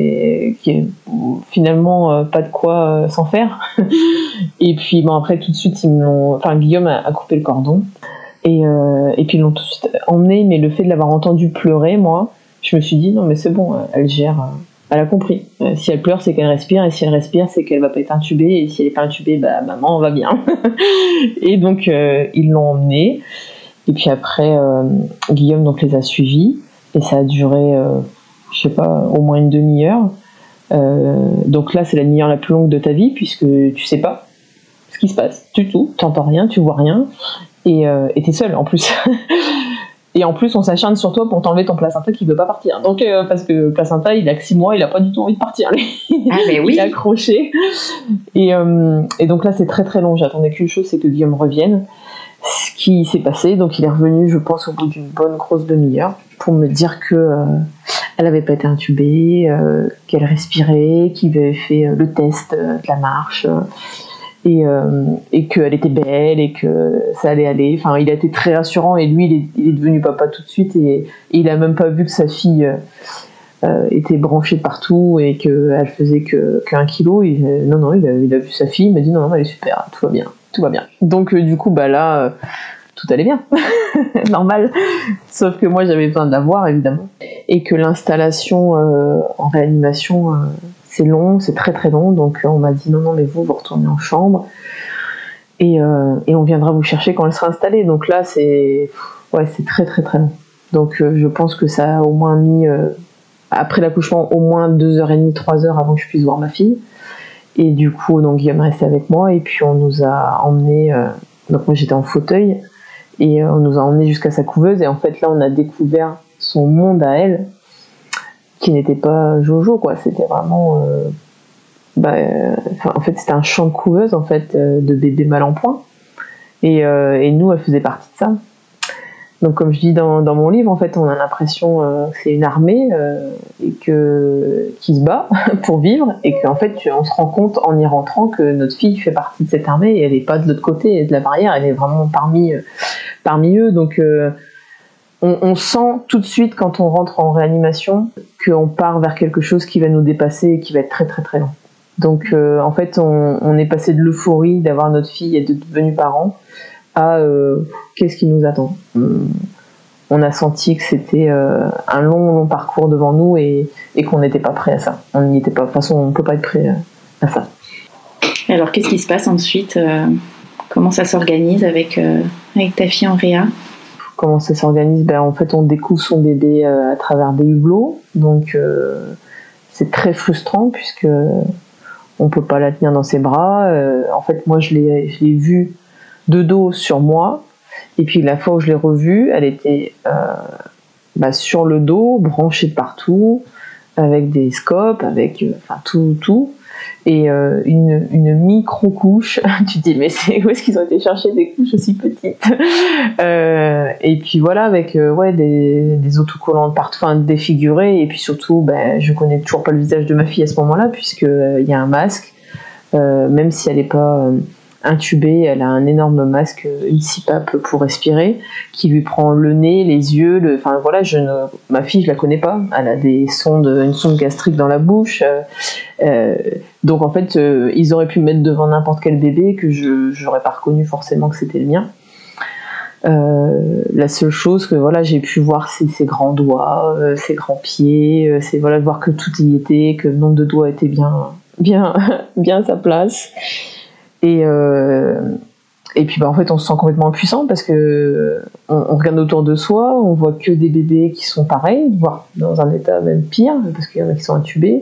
finalement pas de quoi s'en faire. Et puis après tout de suite Guillaume a coupé le cordon et puis ils l'ont tout de suite emmené. Mais le fait de l'avoir entendu pleurer, moi, je me suis dit non mais c'est bon, elle gère, elle a compris. Si elle pleure, c'est qu'elle respire, et si elle respire, c'est qu'elle va pas être intubée, et si elle est pas intubée, maman va bien. Et donc ils l'ont emmenée, et puis après Guillaume donc les a suivis. Et ça a duré, je sais pas, au moins une demi-heure. Donc là, c'est la demi-heure la plus longue de ta vie, puisque tu sais pas ce qui se passe du tout. T'entends rien, tu vois rien. Et t'es seule, en plus. Et en plus, on s'acharne sur toi pour t'enlever ton placenta qui veut pas partir. Donc, parce que le placenta, il a que 6 mois, il a pas du tout envie de partir. Ah, mais oui. Il est accroché. Et donc là, c'est très très long. J'attendais qu'une chose, c'est que Guillaume revienne. Ce qui s'est passé, donc il est revenu, je pense, au bout d'une bonne grosse demi-heure, pour me dire que elle avait pas été intubée, qu'elle respirait, qu'il avait fait le test de la marche, et qu'elle était belle, et que ça allait aller. Enfin, il a été très rassurant, et lui, il est devenu papa tout de suite, et il a même pas vu que sa fille était branchée de partout, et qu'elle faisait que 1 kilo. Non, il a vu sa fille, il m'a dit non, elle est super, tout va bien. Donc du coup là tout allait bien. Normal, sauf que moi j'avais besoin de la voir, évidemment, et que l'installation en réanimation c'est long, c'est très très long. Donc on m'a dit non mais vous retournez en chambre, et on viendra vous chercher quand elle sera installée. Donc là c'est très très très long. Donc je pense que ça a au moins mis après l'accouchement au moins 2h30, 3 heures avant que je puisse voir ma fille. Et du coup, donc Guillaume restait avec moi et puis on nous a emmenés. Donc moi j'étais en fauteuil et on nous a emmenés jusqu'à sa couveuse et en fait là on a découvert son monde à elle qui n'était pas Jojo quoi. C'était vraiment. En fait c'était un champ de couveuse en fait de bébés mal en point et nous elle faisait partie de ça. Donc comme je dis dans mon livre, en fait, on a l'impression que c'est une armée qui se bat pour vivre et qu'en fait, on se rend compte en y rentrant que notre fille fait partie de cette armée et elle n'est pas de l'autre côté de la barrière, elle est vraiment parmi eux. Donc on sent tout de suite quand on rentre en réanimation qu'on part vers quelque chose qui va nous dépasser et qui va être très très très long. Donc en fait, on est passé de l'euphorie d'avoir notre fille et de devenir parents à qu'est-ce qui nous attend. On a senti que c'était un long parcours devant nous et qu'on n'était pas prêt à ça. On n'y était pas. De toute façon, on ne peut pas être prêt à ça. Alors, qu'est-ce qui se passe ensuite ? Comment ça s'organise avec ta fille en réa ? Comment ça s'organise ? En fait, on découvre son bébé à travers des hublots. Donc, c'est très frustrant puisque on ne peut pas la tenir dans ses bras. En fait, moi, je l'ai vue de dos sur moi, et puis la fois où je l'ai revue, elle était sur le dos, branchée de partout, avec des scopes, avec tout, et une micro-couche. Tu te dis, mais où est-ce qu'ils ont été chercher des couches aussi petites et puis voilà, avec des autocollants partout, défigurés, et puis surtout, je connais toujours pas le visage de ma fille à ce moment-là, puisqu'il y a un masque, même si elle n'est pas intubée, elle a un énorme masque, une CPAP pour respirer, qui lui prend le nez, les yeux, ma fille je la connais pas, elle a une sonde gastrique dans la bouche, donc en fait ils auraient pu me mettre devant n'importe quel bébé que j'aurais pas reconnu forcément que c'était le mien. La seule chose que j'ai pu voir, c'est ses grands doigts, ses grands pieds, c'est de voir que tout y était, que le nombre de doigts était bien à sa place. Et puis en fait on se sent complètement impuissant parce que on regarde autour de soi, on voit que des bébés qui sont pareils, voire dans un état même pire parce qu'il y en a qui sont intubés.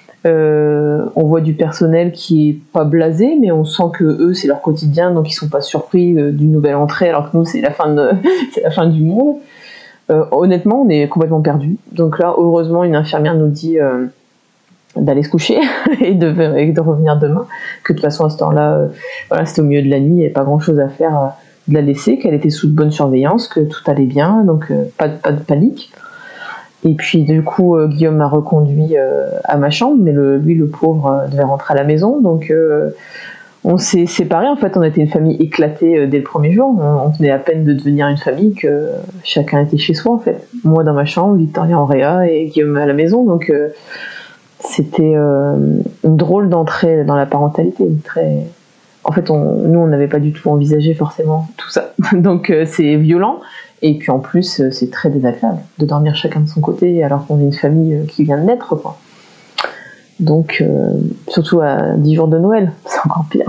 On voit du personnel qui est pas blasé, mais on sent que eux c'est leur quotidien, donc ils sont pas surpris d'une nouvelle entrée alors que nous c'est la fin du monde. Honnêtement on est complètement perdus. Donc là heureusement une infirmière nous dit d'aller se coucher et de revenir demain, que de toute façon à ce temps-là c'était au milieu de la nuit, il n'y avait pas grand chose à faire, de la laisser, qu'elle était sous de bonne surveillance, que tout allait bien, donc pas de panique. Et puis du coup Guillaume m'a reconduit à ma chambre, mais lui le pauvre devait rentrer à la maison, donc on s'est séparés. En fait on était une famille éclatée dès le premier jour, on venait à peine de devenir une famille que chacun était chez soi en fait, moi dans ma chambre, Victoria en réa et Guillaume à la maison, donc c'était une drôle d'entrée dans la parentalité. En fait, nous, on n'avait pas du tout envisagé forcément tout ça. Donc, c'est violent. Et puis, en plus, c'est très désagréable de dormir chacun de son côté alors qu'on est une famille qui vient de naître, quoi. Donc, surtout à 10 jours de Noël, c'est encore pire.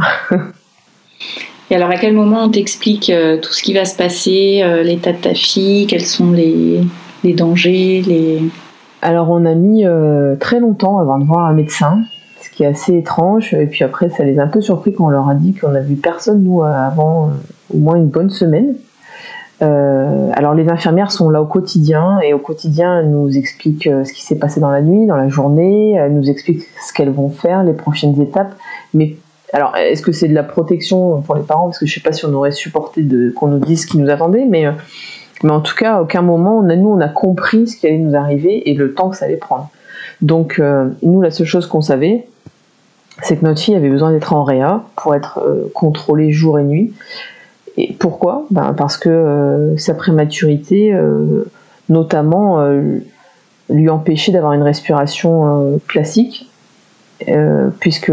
Et alors, à quel moment on t'explique tout ce qui va se passer, l'état de ta fille, quels sont les dangers, Alors on a mis très longtemps avant de voir un médecin, ce qui est assez étrange, et puis après ça les a un peu surpris quand on leur a dit qu'on n'a vu personne nous avant au moins une bonne semaine. Alors les infirmières sont là au quotidien, et au quotidien elles nous expliquent ce qui s'est passé dans la nuit, dans la journée, elles nous expliquent ce qu'elles vont faire, les prochaines étapes, mais alors est-ce que c'est de la protection pour les parents, parce que je sais pas si on aurait supporté qu'on nous dise ce qui nous attendait, mais en tout cas, à aucun moment, on a compris ce qui allait nous arriver et le temps que ça allait prendre. Donc, nous, la seule chose qu'on savait, c'est que notre fille avait besoin d'être en réa pour être contrôlée jour et nuit. Et pourquoi ? Parce que sa prématurité, notamment, lui empêchait d'avoir une respiration classique, puisque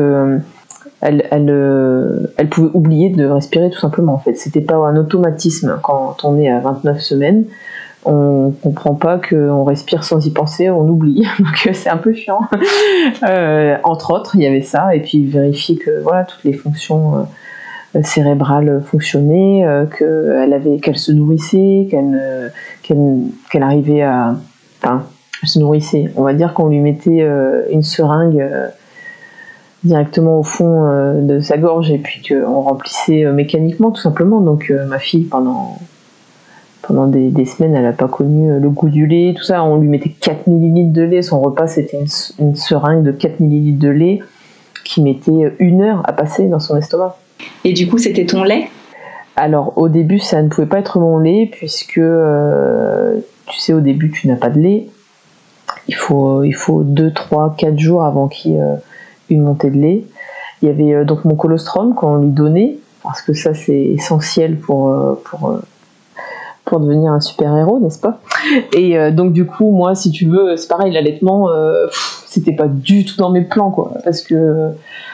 elle pouvait oublier de respirer tout simplement. En fait, c'était pas un automatisme quand on est à 29 semaines. On comprend pas qu'on respire sans y penser, on oublie. Donc c'est un peu chiant. Entre autres, il y avait ça, et puis vérifier que toutes les fonctions cérébrales fonctionnaient, qu'elle se nourrissait, qu'elle arrivait à, elle se nourrissait. On va dire qu'on lui mettait une seringue directement au fond de sa gorge et puis qu'on remplissait mécaniquement tout simplement. Donc ma fille pendant des semaines, elle n'a pas connu le goût du lait, tout ça. On lui mettait 4 millilitres de lait. Son repas, c'était une seringue de 4 millilitres de lait qui mettait 1 heure à passer dans son estomac. Et du coup, c'était ton lait ? Alors, au début, ça ne pouvait pas être mon lait puisque, tu sais, au début, tu n'as pas de lait. Il faut 2, 3, 4 jours avant qu'il y ait une montée de lait. Il y avait donc mon colostrum qu'on lui donnait parce que ça, c'est essentiel pour devenir un super-héros, n'est-ce pas ? Et donc du coup, moi, si tu veux, c'est pareil, l'allaitement, c'était pas du tout dans mes plans, quoi, parce que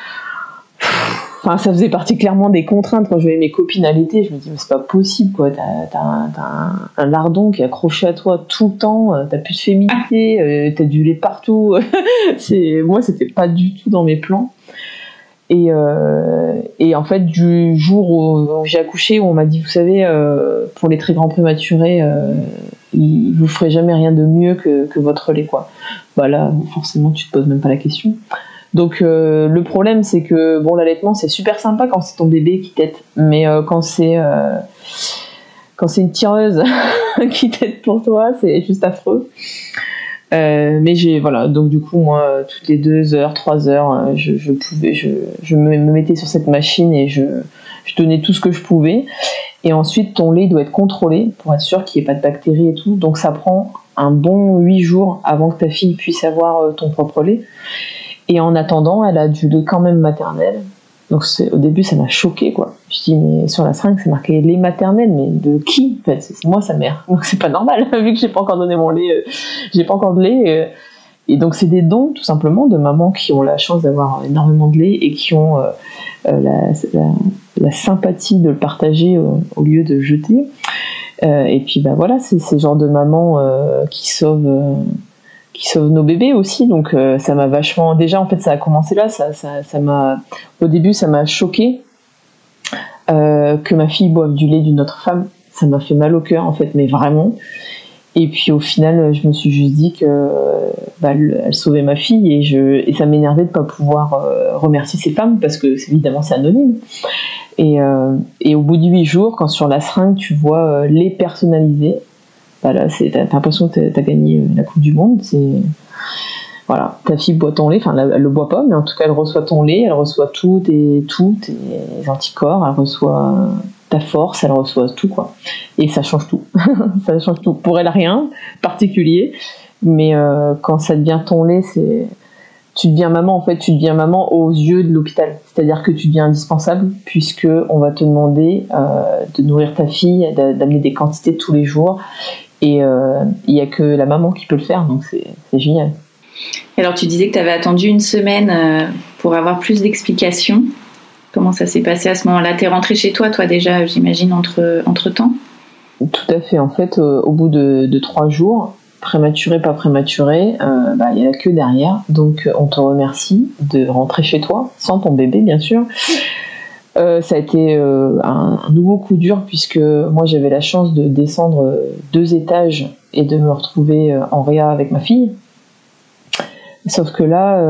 ça faisait partie clairement des contraintes. Quand je voyais mes copines allaiter, je me disais, mais c'est pas possible, quoi, t'as un lardon qui est accroché à toi tout le temps, t'as plus de féminité, t'as du lait partout. Moi, c'était pas du tout dans mes plans. Et en fait, du jour où j'ai accouché, où on m'a dit, vous savez, pour les très grands prématurés, vous ferez jamais rien de mieux que votre lait, quoi. Bah là, forcément, tu te poses même pas la question. Donc le problème, c'est que bon, l'allaitement, c'est super sympa quand c'est ton bébé qui tète, mais quand c'est une tireuse qui tète pour toi, c'est juste affreux. Mais donc du coup, moi, toutes les 2 heures, 3 heures, je me mettais sur cette machine et je donnais tout ce que je pouvais. Et ensuite, ton lait doit être contrôlé pour être sûr qu'il n'y ait pas de bactéries et tout. Donc ça prend un bon 8 jours avant que ta fille puisse avoir ton propre lait. Et en attendant, elle a du lait quand même maternel. Donc au début, ça m'a choquée, quoi. Je dis, mais sur la seringue, c'est marqué lait maternel, mais de qui, en fait ? C'est moi, sa mère. Donc c'est pas normal, vu que j'ai pas encore donné mon lait, j'ai pas encore de lait. Et donc c'est des dons, tout simplement, de mamans qui ont la chance d'avoir énormément de lait et qui ont la sympathie de le partager au lieu de jeter. Et puis voilà, c'est ces genres de mamans qui sauvent nos bébés aussi, donc ça m'a vachement... Déjà, en fait, ça a commencé là, ça m'a... Au début, ça m'a choqué que ma fille boive du lait d'une autre femme. Ça m'a fait mal au cœur, en fait, mais vraiment. Et puis, au final, je me suis juste dit que elle sauvait ma fille et ça m'énervait de ne pas pouvoir remercier ces femmes, parce que, évidemment, c'est anonyme. Et au bout de 8 jours, quand sur la seringue, tu vois lait personnalisé, là, t'as l'impression que t'as gagné la Coupe du Monde. Voilà, ta fille boit ton lait, enfin elle le boit pas, mais en tout cas elle reçoit ton lait, elle reçoit tous tes anticorps, elle reçoit ta force, elle reçoit tout, quoi. Et ça change tout. Ça change tout. Pour elle, rien particulier, mais quand ça devient ton lait, tu deviens maman, en fait, tu deviens maman aux yeux de l'hôpital. C'est-à-dire que tu deviens indispensable, puisque on va te demander de nourrir ta fille, d'amener des quantités tous les jours. Et il n'y a que la maman qui peut le faire, donc c'est génial. Alors tu disais que tu avais attendu 1 semaine pour avoir plus d'explications. Comment ça s'est passé à ce moment-là ? T'es rentrée chez toi déjà, j'imagine, entre-temps ? Tout à fait. En fait, au bout de 3 jours, prématuré, pas prématuré, il y a la queue derrière. Donc on te remercie de rentrer chez toi, sans ton bébé, bien sûr. Ça a été un nouveau coup dur, puisque moi j'avais la chance de descendre 2 étages et de me retrouver en réa avec ma fille. Sauf que là,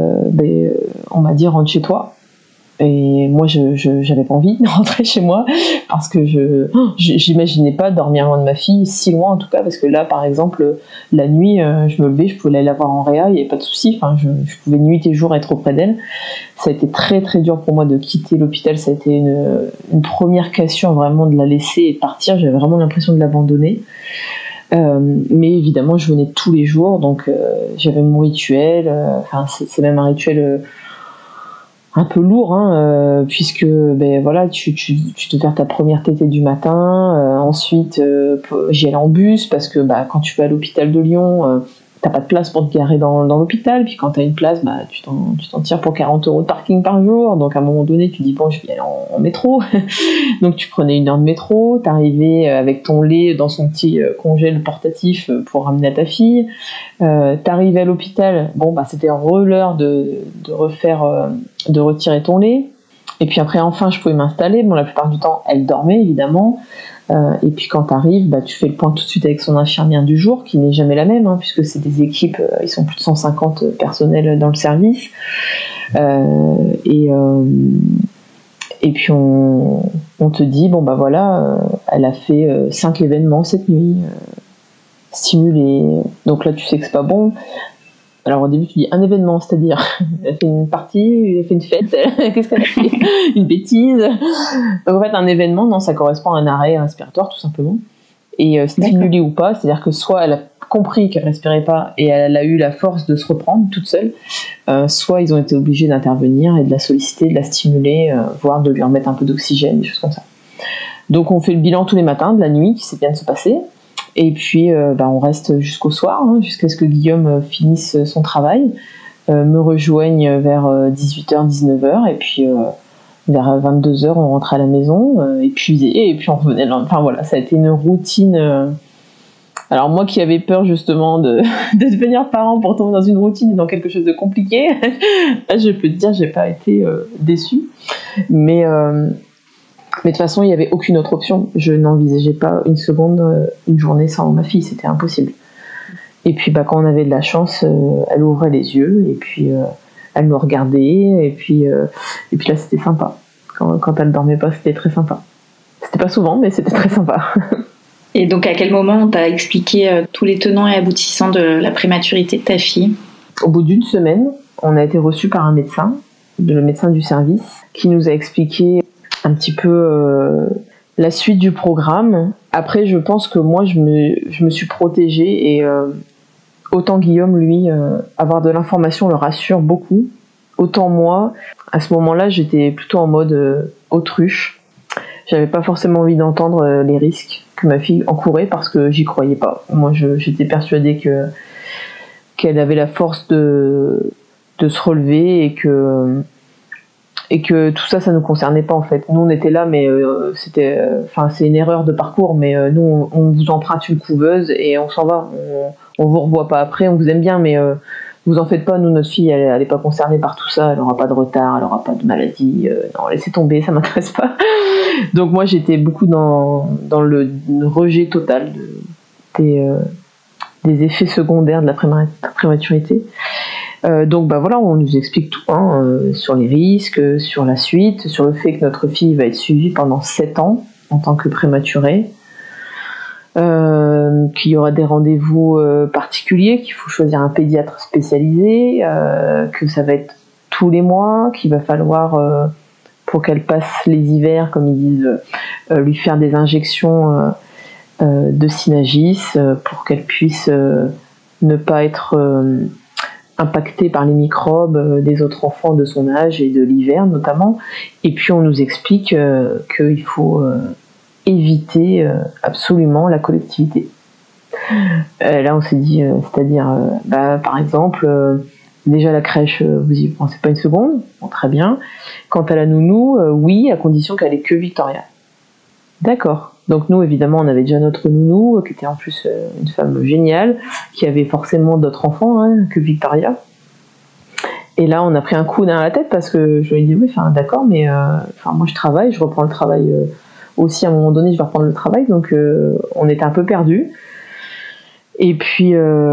on m'a dit rentre chez toi. Et moi, j'avais pas envie de rentrer chez moi parce que j'imaginais pas dormir loin de ma fille, si loin en tout cas, parce que là, par exemple, la nuit, je me levais, je pouvais aller la voir en réa, il n'y avait pas de souci. Enfin, je pouvais nuit et jour être auprès d'elle. Ça a été très très dur pour moi de quitter l'hôpital. Ça a été une première cassure, vraiment, de la laisser et de partir. J'avais vraiment l'impression de l'abandonner. Mais évidemment, je venais tous les jours, donc j'avais mon rituel. C'est même un rituel un peu lourd, puisque tu te fais ta première tétée du matin, ensuite j'y allais en bus, parce que quand tu vas à l'hôpital de Lyon, t'as pas de place pour te garer dans l'hôpital, puis quand t'as une place, tu t'en tires pour 40 € de parking par jour, donc à un moment donné tu dis bon, je vais aller en métro. Donc tu prenais 1 heure de métro, t'arrivais avec ton lait dans son petit congèle portatif pour ramener à ta fille, t'arrivais à l'hôpital, c'était l'heure de retirer ton lait, et puis après enfin je pouvais m'installer. La plupart du temps elle dormait, évidemment. Et puis quand tu arrives, tu fais le point tout de suite avec son infirmière du jour, qui n'est jamais la même, puisque c'est des équipes, ils sont plus de 150 personnels dans le service. Et puis on te dit, elle a fait 5 événements cette nuit, stimulés. Donc là, tu sais que c'est pas bon. Alors au début, tu dis un événement, c'est-à-dire elle a fait une partie, elle a fait une fête, qu'est-ce qu'elle a fait? Une bêtise. Donc en fait, un événement, non, ça correspond à un arrêt respiratoire, tout simplement. Et stimulé ou pas, c'est-à-dire que soit elle a compris qu'elle respirait pas et elle a eu la force de se reprendre toute seule, soit ils ont été obligés d'intervenir et de la solliciter, de la stimuler, voire de lui remettre un peu d'oxygène, des choses comme ça. Donc on fait le bilan tous les matins de la nuit qui s'est bien de se passer. Et puis, on reste jusqu'au soir, jusqu'à ce que Guillaume finisse son travail, me rejoigne vers 18h, 19h, et puis vers 22h, on rentrait à la maison, épuisé, et puis on revenait. Enfin voilà, ça a été une routine. Alors moi qui avais peur justement de devenir parent pour tomber dans une routine et dans quelque chose de compliqué, là je peux te dire, j'ai pas été déçue. Mais de toute façon, il n'y avait aucune autre option. Je n'envisageais pas une seconde, une journée sans ma fille, c'était impossible. Et puis quand on avait de la chance, elle ouvrait les yeux, et puis elle me regardait, et puis là c'était sympa. Quand elle ne dormait pas, c'était très sympa. C'était pas souvent, mais c'était très sympa. Et donc à quel moment on t'a expliqué tous les tenants et aboutissants de la prématurité de ta fille? Au bout d'une semaine, on a été reçus par un médecin, le médecin du service, qui nous a expliqué un petit peu la suite du programme. Après, je pense que moi, je me suis protégée, et autant Guillaume, lui, avoir de l'information le rassure beaucoup, autant moi, à ce moment-là, j'étais plutôt en mode autruche. J'avais pas forcément envie d'entendre les risques que ma fille encourait parce que j'y croyais pas. Moi, j'étais persuadée qu'elle avait la force de se relever, et que tout ça nous concernait pas en fait. Nous on était là, mais c'est une erreur de parcours, mais nous on vous emprunte une couveuse et on s'en va. On vous revoit pas après, on vous aime bien, mais vous en faites pas. Nous, notre fille, elle est pas concernée par tout ça. Elle aura pas de retard, elle aura pas de maladie. Non, laissez tomber, ça m'intéresse pas. Donc moi j'étais beaucoup dans le rejet total des effets secondaires de la prématurité. Donc on nous explique tout, sur les risques, sur la suite, sur le fait que notre fille va être suivie pendant 7 ans en tant que prématurée, qu'il y aura des rendez-vous particuliers, qu'il faut choisir un pédiatre spécialisé, que ça va être tous les mois, qu'il va falloir, pour qu'elle passe les hivers, comme ils disent, lui faire des injections de Synagis pour qu'elle puisse ne pas être impactée par les microbes des autres enfants de son âge et de l'hiver notamment. Et puis on nous explique qu'il faut éviter absolument la collectivité. Là on s'est dit, c'est-à-dire par exemple, déjà la crèche, vous y pensez pas une seconde, bon, très bien. Quant à la nounou, oui, à condition qu'elle ait que Victoria. D'accord. Donc nous, évidemment, on avait déjà notre nounou, qui était en plus une femme géniale, qui avait forcément d'autres enfants que Victoria. Et là, on a pris un coup derrière la tête parce que je lui ai dit, oui, d'accord, mais moi je travaille, je reprends le travail aussi à un moment donné, je vais reprendre le travail, donc on était un peu perdus. Et puis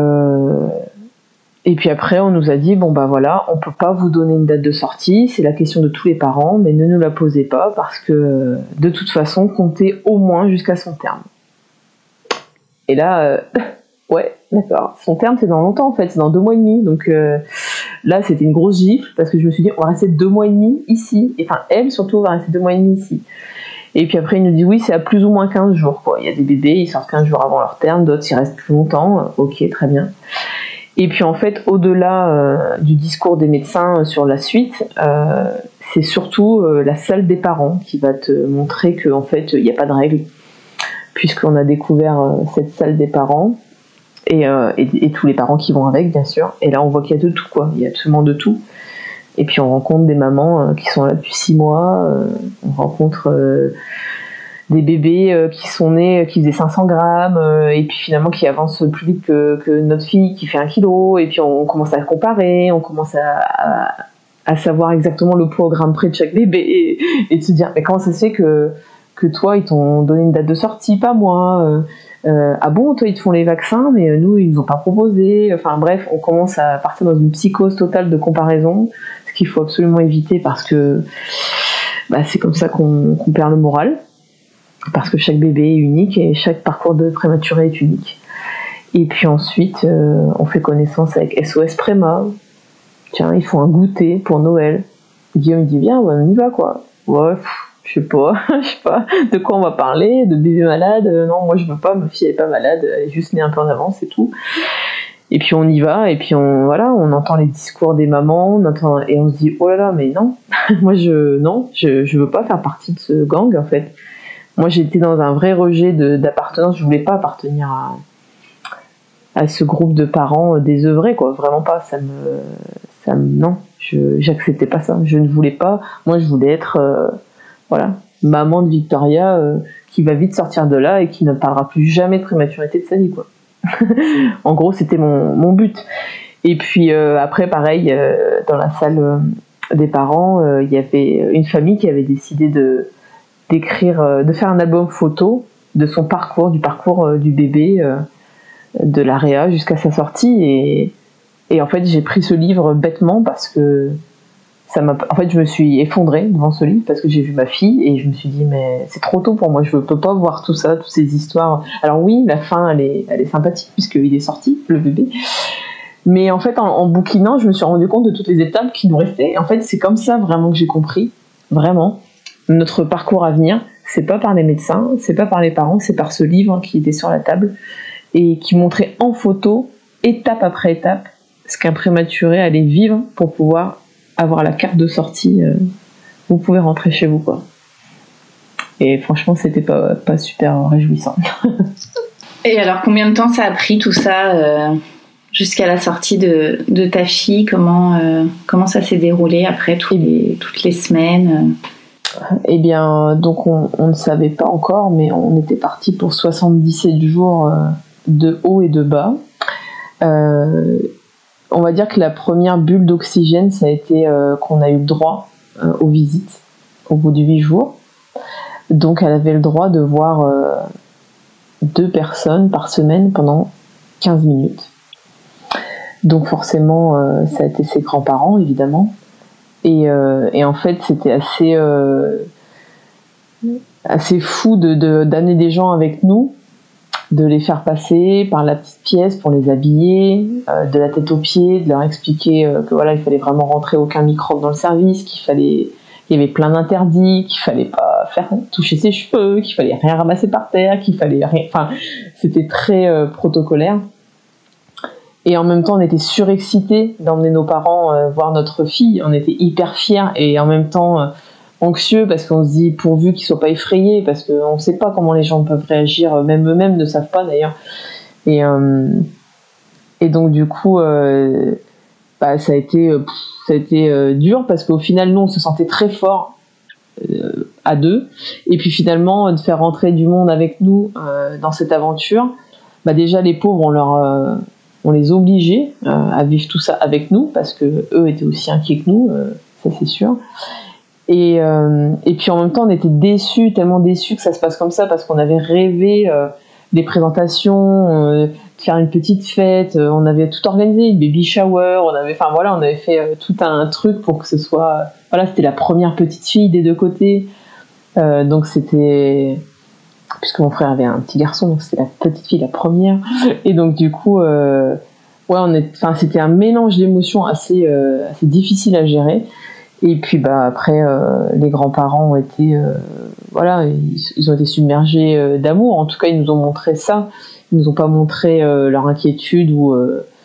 après, on nous a dit, on peut pas vous donner une date de sortie, c'est la question de tous les parents, mais ne nous la posez pas parce que de toute façon, comptez au moins jusqu'à son terme. Et là, ouais, d'accord. Son terme, c'est dans longtemps en fait, c'est dans 2 mois et demi. Donc là, c'était une grosse gifle parce que je me suis dit, on va rester 2 mois et demi ici. Et, elle surtout va rester 2 mois et demi ici. Et puis après, il nous dit, oui, c'est à plus ou moins 15 jours. Quoi. Il y a des bébés, ils sortent 15 jours avant leur terme, d'autres, ils restent plus longtemps. Ok, très bien. Et puis en fait, au-delà du discours des médecins sur la suite, c'est surtout la salle des parents qui va te montrer qu'en fait, il n'y a pas de règle, puisqu'on a découvert cette salle des parents et tous les parents qui vont avec, bien sûr. Et là, on voit qu'il y a de tout, quoi. Il y a absolument de tout. Et puis on rencontre des mamans qui sont là depuis 6 mois. On rencontre des bébés qui sont nés, qui faisaient 500 grammes, et puis finalement qui avancent plus vite que notre fille qui fait 1 kilo, et puis on commence à comparer, on commence à savoir exactement le poids au gramme près de chaque bébé, et de se dire, mais comment ça se fait que que toi, ils t'ont donné une date de sortie, pas moi. Ah bon, toi, ils te font les vaccins, mais nous, ils nous ont pas proposé. Enfin bref, on commence à partir dans une psychose totale de comparaison, ce qu'il faut absolument éviter parce que c'est comme ça qu'on perd le moral. Parce que chaque bébé est unique et chaque parcours de prématuré est unique. Et puis ensuite, on fait connaissance avec SOS Préma. Tiens, ils font un goûter pour Noël. Guillaume dit, viens, on y va, quoi. Ouais, je sais pas de quoi on va parler, de bébé malade. Non, moi je veux pas, ma fille elle est pas malade, elle est juste née un peu en avance, c'est tout. Et puis on y va, et puis on entend les discours des mamans, et on se dit, oh là là, mais non, moi je veux pas faire partie de ce gang, en fait. Moi j'étais dans un vrai rejet d'appartenance, je voulais pas appartenir à ce groupe de parents désœuvrés, quoi, vraiment pas, non, j'acceptais pas ça, je ne voulais pas, moi je voulais être maman de Victoria qui va vite sortir de là et qui ne parlera plus jamais de prématurité de sa vie, quoi. En gros, c'était mon but. Et puis après, pareil, dans la salle des parents, il y avait une famille qui avait décidé de faire un album photo de son parcours, du parcours du bébé, de la réa jusqu'à sa sortie. Et en fait, j'ai pris ce livre bêtement parce que en fait, je me suis effondrée devant ce livre parce que j'ai vu ma fille et je me suis dit, mais c'est trop tôt pour moi, je peux pas voir tout ça, toutes ces histoires. Alors oui, la fin, elle est sympathique puisqu'il est sorti, le bébé. Mais en fait, en bouquinant, je me suis rendu compte de toutes les étapes qui nous restaient. Et en fait, c'est comme ça vraiment que j'ai compris, vraiment, notre parcours à venir. C'est pas par les médecins, c'est pas par les parents, c'est par ce livre qui était sur la table et qui montrait en photo, étape après étape, ce qu'un prématuré allait vivre pour pouvoir avoir la carte de sortie, vous pouvez rentrer chez vous, quoi. Et franchement, c'était pas super réjouissant. Et alors, combien de temps ça a pris tout ça jusqu'à la sortie de ta fille? Comment ça s'est déroulé après toutes les semaines? Eh bien, donc on ne savait pas encore, mais on était parti pour 77 jours de haut et de bas. On va dire que la première bulle d'oxygène, ça a été qu'on a eu le droit aux visites au bout de 8 jours. Donc elle avait le droit de voir 2 personnes par semaine pendant 15 minutes. Donc forcément, ça a été ses grands-parents, évidemment. Et en fait, c'était assez fou d'amener des gens avec nous, de les faire passer par la petite pièce pour les habiller, de la tête aux pieds, de leur expliquer que voilà, il fallait vraiment rentrer aucun microbe dans le service, qu'il y avait plein d'interdits, qu'il fallait pas toucher ses cheveux, qu'il fallait rien ramasser par terre, qu'il fallait rien, enfin, c'était très protocolaire. Et en même temps, on était surexcités d'emmener nos parents voir notre fille, on était hyper fiers et en même temps anxieux parce qu'on se dit pourvu qu'ils soient pas effrayés parce qu'on sait pas comment les gens peuvent réagir, même eux-mêmes ne savent pas d'ailleurs. Et donc du coup ça a été dur parce qu'au final nous on se sentait très fort à 2 et puis finalement de faire rentrer du monde avec nous dans cette aventure, déjà les pauvres on les obligeait à vivre tout ça avec nous parce que eux étaient aussi inquiets que nous, ça c'est sûr. Et puis en même temps on était tellement déçus que ça se passe comme ça parce qu'on avait rêvé des présentations, de faire une petite fête, on avait tout organisé, une baby shower, on avait fait tout un truc pour que ce soit, c'était la première petite fille des 2 côtés, donc c'était, puisque mon frère avait un petit garçon, donc c'était la petite fille, la première, et donc du coup c'était un mélange d'émotions assez difficile à gérer. Et puis après les grands-parents ont été ils ont été submergés d'amour, en tout cas ils nous ont montré ça, ils nous ont pas montré leur inquiétude ou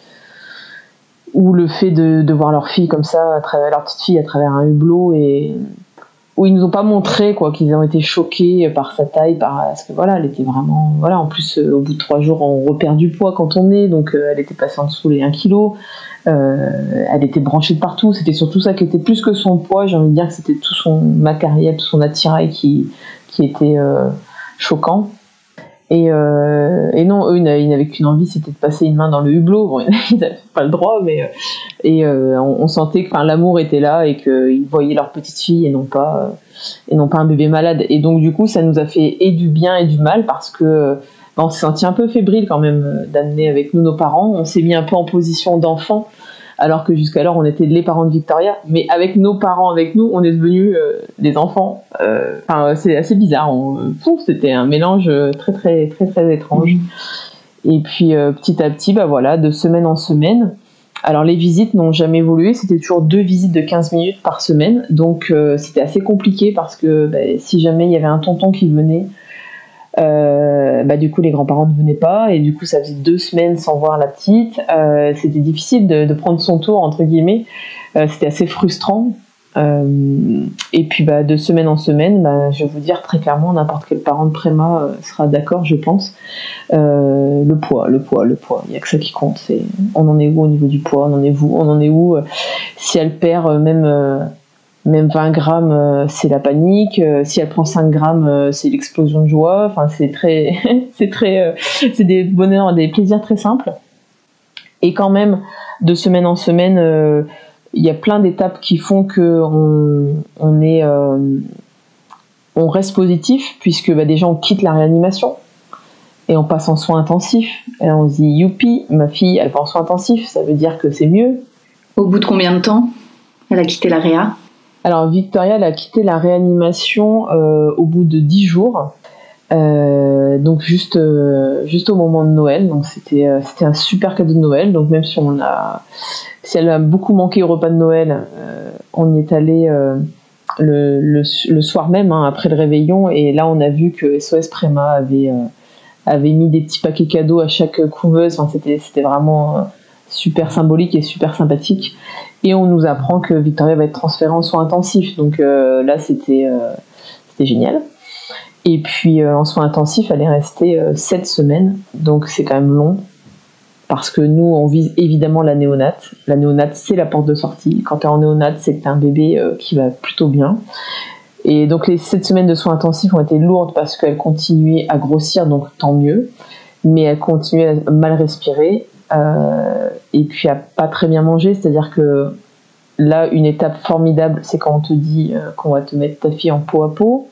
le fait de voir leur fille comme ça leur petite fille à travers un hublot, et où ils nous ont pas montré qu'ils ont été choqués par sa taille, parce que elle était vraiment en plus au bout de 3 jours on repère du poids quand on est, donc elle était passée en dessous les 1 kilo. Elle était branchée de partout, c'était surtout ça qui était plus que son poids, j'ai envie de dire que c'était tout son matériel, tout son attirail qui était choquant. Et non, eux ils n'avaient qu'une envie, c'était de passer une main dans le hublot. Bon, ils n'avaient pas le droit, mais Et on sentait que l'amour était là et qu'ils voyaient leur petite fille et non pas un bébé malade. Et donc du coup, ça nous a fait et du bien et du mal parce que on s'est senti un peu fébrile quand même d'amener avec nous nos parents. On s'est mis un peu en position d'enfant alors que jusqu'alors on était les parents de Victoria. Mais avec nos parents avec nous, on est devenus des enfants. C'est assez bizarre. C'était un mélange très très très très étrange. Et puis petit à petit, de semaine en semaine. Alors les visites n'ont jamais évolué, c'était toujours 2 visites de 15 minutes par semaine, donc c'était assez compliqué parce que si jamais il y avait un tonton qui venait, du coup les grands-parents ne venaient pas et du coup ça faisait 2 semaines sans voir la petite. C'était difficile de prendre son tour entre guillemets, c'était assez frustrant. Et puis de semaine en semaine, je vais vous dire très clairement, n'importe quel parent de préma sera d'accord, je pense. Le poids, il n'y a que ça qui compte. On en est où au niveau du poids, on en est où si elle perd même 20 grammes, c'est la panique. Si elle prend 5 grammes, c'est l'explosion de joie. Enfin, c'est des bonheurs, des plaisirs très simples. Et quand même, de semaine en semaine, il y a plein d'étapes qui font que on reste positif puisque déjà on quitte la réanimation et on passe en soins intensifs. Et on se dit youpi, ma fille elle va en soins intensifs, ça veut dire que c'est mieux. Au bout de combien de temps elle a quitté la réa? Alors Victoria elle a quitté la réanimation au bout de 10 jours. Donc juste au moment de Noël, donc c'était un super cadeau de Noël. Donc même si elle a beaucoup manqué au repas de Noël, on y est allé le soir même, après le réveillon, et là on a vu que SOS Préma avait mis des petits paquets cadeaux à chaque couveuse. Enfin, c'était vraiment super symbolique et super sympathique. Et on nous apprend que Victoria va être transférée en soins intensifs. Donc là c'était génial. Et puis en soins intensifs, elle est restée 7 semaines, donc c'est quand même long, parce que nous, on vise évidemment la néonate. La néonate, c'est la porte de sortie. Quand tu es en néonate, c'est que tu as un bébé qui va plutôt bien. Et donc les 7 semaines de soins intensifs ont été lourdes parce qu'elle continuait à grossir, donc tant mieux, mais elle continuait à mal respirer, et puis à pas très bien manger, c'est-à-dire que là, une étape formidable, c'est quand on te dit qu'on va te mettre ta fille en peau à peau.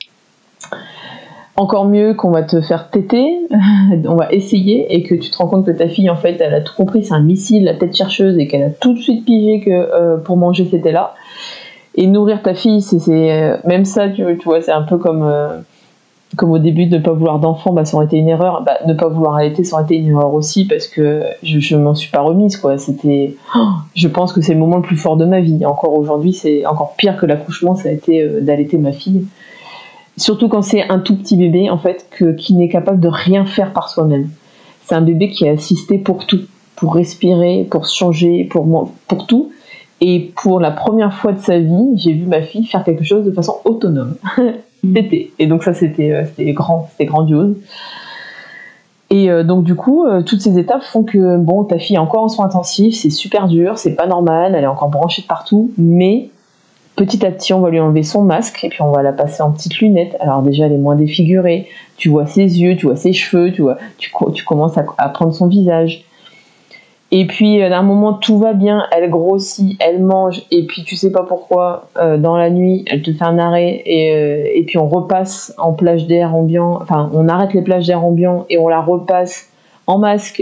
Encore mieux qu'on va te faire téter, on va essayer, et que tu te rends compte que ta fille, en fait, elle a tout compris, c'est un missile, la tête chercheuse, et qu'elle a tout de suite pigé que pour manger, c'était là. Et nourrir ta fille, c'est même ça, tu vois, c'est un peu comme au début de ne pas vouloir d'enfant, ça aurait été une erreur. Ne pas vouloir allaiter, ça aurait été une erreur aussi, parce que je m'en suis pas remise, quoi. Je pense que c'est le moment le plus fort de ma vie. Encore aujourd'hui, c'est encore pire que l'accouchement, ça a été d'allaiter ma fille. Surtout quand c'est un tout petit bébé, en fait, qui n'est capable de rien faire par soi-même. C'est un bébé qui est assisté pour tout, pour respirer, pour se changer, pour tout. Et pour la première fois de sa vie, j'ai vu ma fille faire quelque chose de façon autonome. Et donc ça, c'était grandiose. Et donc du coup, toutes ces étapes font que ta fille est encore en soins intensifs, c'est super dur, c'est pas normal, elle est encore branchée de partout, mais petit à petit, on va lui enlever son masque et puis on va la passer en petites lunettes. Alors déjà, elle est moins défigurée. Tu vois ses yeux, tu vois ses cheveux, tu commences à prendre son visage. Et puis, à un moment, tout va bien. Elle grossit, elle mange. Et puis, tu sais pas pourquoi, dans la nuit, elle te fait un arrêt. Et puis, on repasse en plage d'air ambiant. Enfin, on arrête les plages d'air ambiant et on la repasse en masque.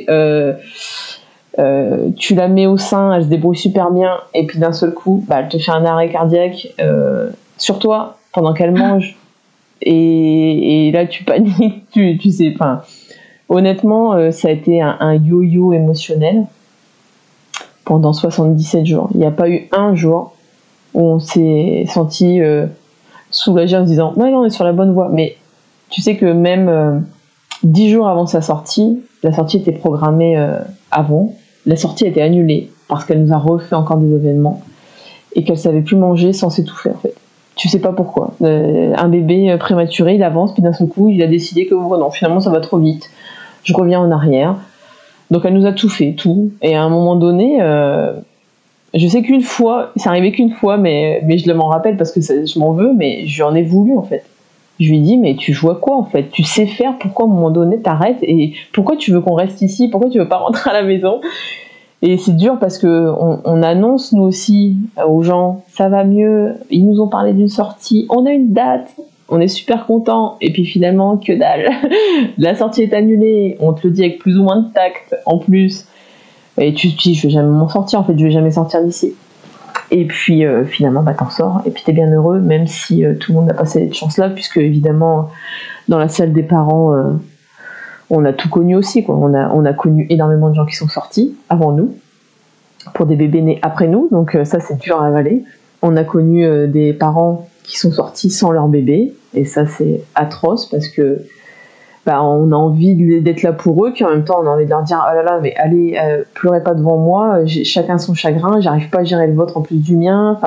Tu la mets au sein, elle se débrouille super bien, et puis d'un seul coup, elle te fait un arrêt cardiaque sur toi pendant qu'elle mange, et là tu paniques, tu sais. Enfin, honnêtement, ça a été un yo-yo émotionnel pendant 77 jours. Il n'y a pas eu un jour où on s'est senti soulagé en se disant ouais, non, on est sur la bonne voie. Mais tu sais que même 10 jours avant sa sortie, la sortie était programmée avant. La sortie a été annulée parce qu'elle nous a refait encore des événements et qu'elle savait plus manger sans s'étouffer, en fait. Tu sais pas pourquoi. Un bébé prématuré, il avance, puis d'un seul coup, il a décidé que non, finalement, ça va trop vite. Je reviens en arrière. Donc elle nous a tout fait, tout. Et à un moment donné, je sais qu'une fois, c'est arrivé qu'une fois, mais je m'en rappelle parce que je m'en veux, mais je lui en ai voulu, en fait. Je lui ai dit, mais tu joues à quoi, en fait? Tu sais faire, pourquoi à un moment donné t'arrêtes? Et pourquoi tu veux qu'on reste ici? Pourquoi tu veux pas rentrer à la maison? Et c'est dur parce que on annonce nous aussi aux gens, ça va mieux, ils nous ont parlé d'une sortie, on a une date, on est super contents, et puis finalement, que dalle, la sortie est annulée, on te le dit avec plus ou moins de tact en plus, et tu te dis, je vais jamais m'en sortir, en fait, je vais jamais sortir d'ici. Et puis finalement, t'en sors, et puis t'es bien heureux, même si tout le monde n'a pas cette chance-là, puisque évidemment, dans la salle des parents, on a tout connu aussi, quoi. On a connu énormément de gens qui sont sortis avant nous, pour des bébés nés après nous, donc ça c'est dur à avaler. On a connu des parents qui sont sortis sans leur bébé, et ça c'est atroce parce que on a envie d'être là pour eux, puis en même temps on a envie de leur dire oh là là, mais allez, pleurez pas devant moi, chacun son chagrin, j'arrive pas à gérer le vôtre en plus du mien.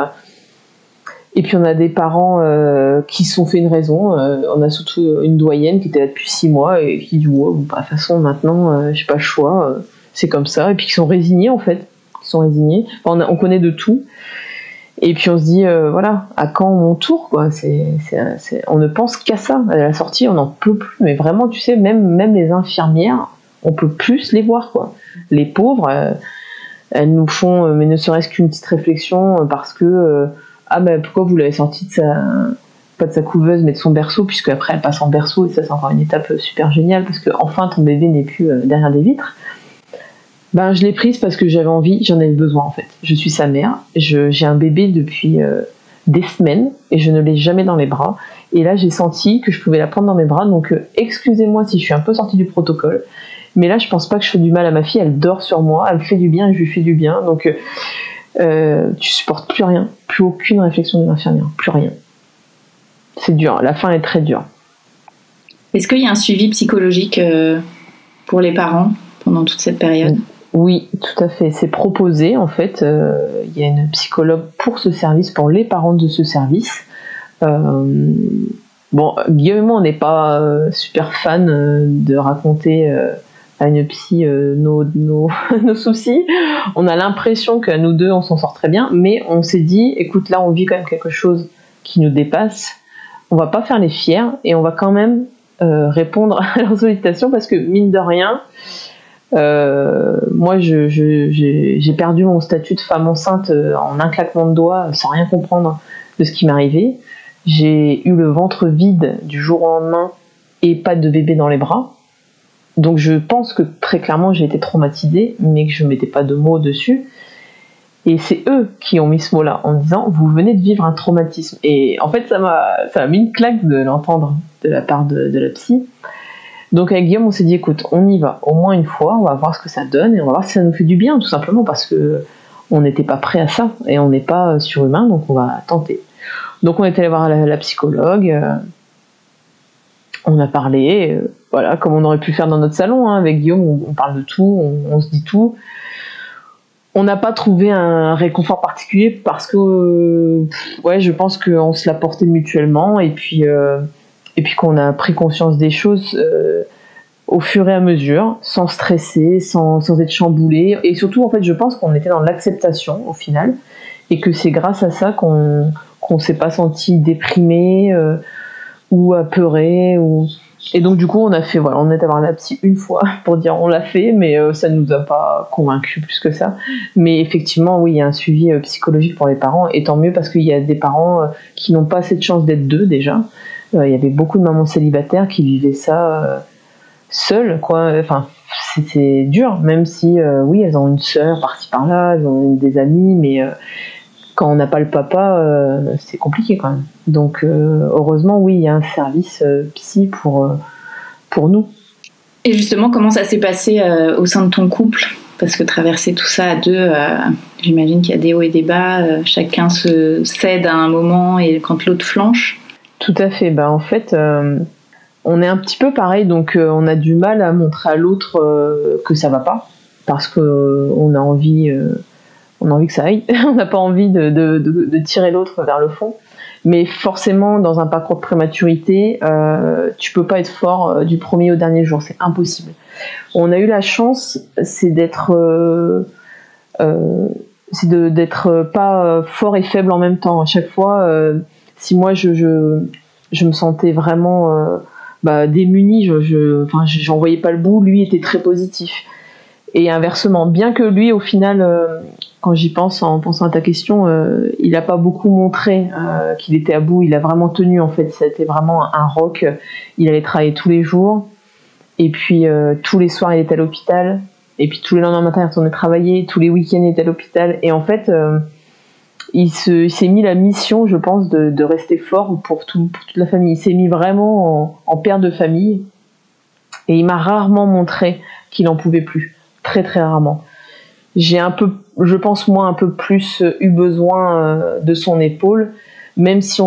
Et puis on a des parents qui se sont fait une raison. On a surtout une doyenne qui était là depuis 6 mois et qui dit de toute façon maintenant j'ai pas le choix, c'est comme ça, et puis qui sont résignés en fait, on connaît de tout. Et puis on se dit voilà, à quand mon tour, quoi. On ne pense qu'à ça. À la sortie on n'en peut plus, mais vraiment, tu sais, même les infirmières, on peut plus les voir, quoi. Les pauvres, elles nous font mais ne serait-ce qu'une petite réflexion parce que pourquoi vous l'avez sortie pas de sa couveuse mais de son berceau, puisque après elle passe en berceau, et ça c'est encore une étape super géniale parce que enfin ton bébé n'est plus derrière des vitres. Je l'ai prise parce que j'avais envie, j'en avais besoin en fait. Je suis sa mère, j'ai un bébé depuis des semaines et je ne l'ai jamais dans les bras, et là j'ai senti que je pouvais la prendre dans mes bras, donc excusez-moi si je suis un peu sortie du protocole, mais là je pense pas que je fais du mal à ma fille, elle dort sur moi, elle me fait du bien et je lui fais du bien, donc tu supportes plus rien, plus aucune réflexion des infirmières, plus rien. C'est dur, la fin est très dure. Est-ce qu'il y a un suivi psychologique pour les parents pendant toute cette période ? Oui, tout à fait. C'est proposé en fait. Il y a une psychologue pour ce service, pour les parents de ce service. Guillaume et moi, on n'est pas super fan de raconter à une psy nos soucis. On a l'impression qu'à nous deux, on s'en sort très bien, mais on s'est dit, écoute, là, on vit quand même quelque chose qui nous dépasse. On va pas faire les fiers et on va quand même répondre à leurs sollicitations parce que mine de rien, moi, j'ai perdu mon statut de femme enceinte en un claquement de doigts, sans rien comprendre de ce qui m'arrivait. J'ai eu le ventre vide du jour au lendemain et pas de bébé dans les bras. Donc je pense que très clairement j'ai été traumatisée, mais que je ne mettais pas de mots dessus. Et c'est eux qui ont mis ce mot-là en disant vous venez de vivre un traumatisme. Et en fait ça m'a mis une claque de l'entendre de la part de la psy. Donc avec Guillaume on s'est dit écoute, on y va au moins une fois, on va voir ce que ça donne et on va voir si ça nous fait du bien, tout simplement parce que on n'était pas prêt à ça et on n'est pas surhumain, donc on va tenter. Donc on est allé voir la psychologue, on a parlé, voilà, comme on aurait pu faire dans notre salon, hein. Avec Guillaume on parle de tout, on se dit tout. On n'a pas trouvé un réconfort particulier parce que je pense qu'on se l'a porté mutuellement et puis qu'on a pris conscience des choses au fur et à mesure, sans stresser, sans être chamboulé, et surtout en fait je pense qu'on était dans l'acceptation au final et que c'est grâce à ça qu'on s'est pas senti déprimé ou apeuré et donc du coup on a fait on est allé voir la psy une fois pour dire on l'a fait, mais ça nous a pas convaincus plus que ça. Mais effectivement oui, il y a un suivi psychologique pour les parents, et tant mieux parce qu'il y a des parents qui n'ont pas cette chance d'être deux déjà. Il y avait beaucoup de mamans célibataires qui vivaient ça seules, quoi. Enfin c'est dur, même si oui elles ont une sœur par-ci par-là, elles ont des amis, mais quand on n'a pas le papa, c'est compliqué quand même. Donc heureusement, oui, il y a un service psy pour nous. Et justement, comment ça s'est passé au sein de ton couple ? Parce que traverser tout ça à deux, j'imagine qu'il y a des hauts et des bas, chacun se cède à un moment et quand l'autre flanche. Tout à fait. En fait, on est un petit peu pareil, donc on a du mal à montrer à l'autre que ça va pas, parce qu'on a envie... on a envie que ça aille, on n'a pas envie de tirer l'autre vers le fond. Mais forcément, dans un parcours de prématurité, tu peux pas être fort du premier au dernier jour, c'est impossible. On a eu la chance, c'est d'être pas fort et faible en même temps. À chaque fois, si moi je me sentais vraiment démunie, j'en voyais pas le bout, lui était très positif. Et inversement, bien que lui, au final, quand j'y pense, en pensant à ta question, il n'a pas beaucoup montré qu'il était à bout. Il a vraiment tenu, en fait. C'était vraiment un rock. Il allait travailler tous les jours. Et puis, tous les soirs, il était à l'hôpital. Et puis, tous les lendemains matin, il retournait travailler. Tous les week-ends, il était à l'hôpital. Et en fait, il s'est mis la mission, je pense, de rester fort pour toute la famille. Il s'est mis vraiment en père de famille. Et il m'a rarement montré qu'il n'en pouvait plus. Très, très rarement. J'ai un peu, je pense, moi, un peu plus eu besoin de son épaule. Même si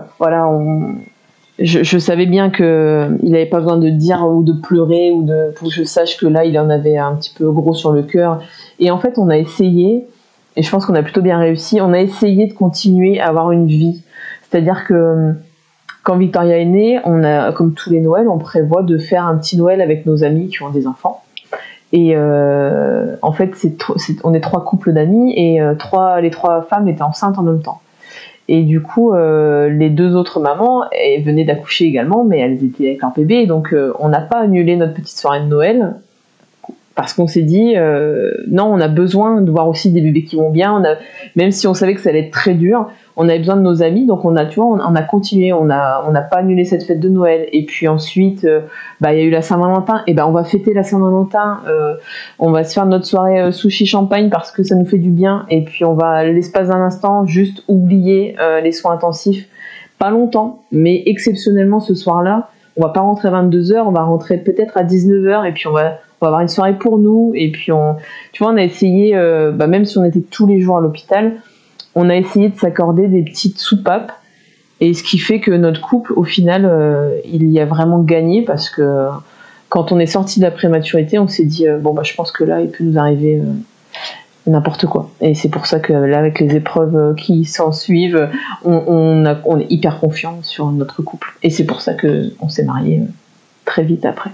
je savais bien qu'il n'avait pas besoin de dire ou de pleurer pour que je sache que là, il en avait un petit peu gros sur le cœur. Et en fait, on a essayé, et je pense qu'on a plutôt bien réussi, on a essayé de continuer à avoir une vie. C'est-à-dire que quand Victoria est née, on a, comme tous les Noëls, on prévoit de faire un petit Noël avec nos amis qui ont des enfants. Et en fait, on est 3 couples d'amis et les 3 femmes étaient enceintes en même temps. Et du coup, les 2 autres mamans venaient d'accoucher également, mais elles étaient avec leur bébé. Donc, on n'a pas annulé notre petite soirée de Noël parce qu'on s'est dit, non, on a besoin de voir aussi des bébés qui vont bien. Même si on savait que ça allait être très dur, on avait besoin de nos amis. Donc, on a continué. On n'a pas annulé cette fête de Noël. Et puis ensuite, il y a eu la Saint-Valentin. Et on va fêter la Saint-Valentin. On va se faire notre soirée sushi champagne parce que ça nous fait du bien. Et puis, on va, l'espace d'un instant, juste oublier les soins intensifs. Pas longtemps, mais exceptionnellement ce soir-là, on va pas rentrer à 22h, on va rentrer peut-être à 19h. Et puis, on va avoir une soirée pour nous. Et puis, on a essayé, même si on était tous les jours à l'hôpital, on a essayé de s'accorder des petites soupapes. Et ce qui fait que notre couple, au final, il y a vraiment gagné parce que quand on est sorti de la prématurité, on s'est dit, je pense que là, il peut nous arriver n'importe quoi. Et c'est pour ça que là, avec les épreuves qui s'en suivent, on est hyper confiant sur notre couple. Et c'est pour ça qu'on s'est mariés très vite après.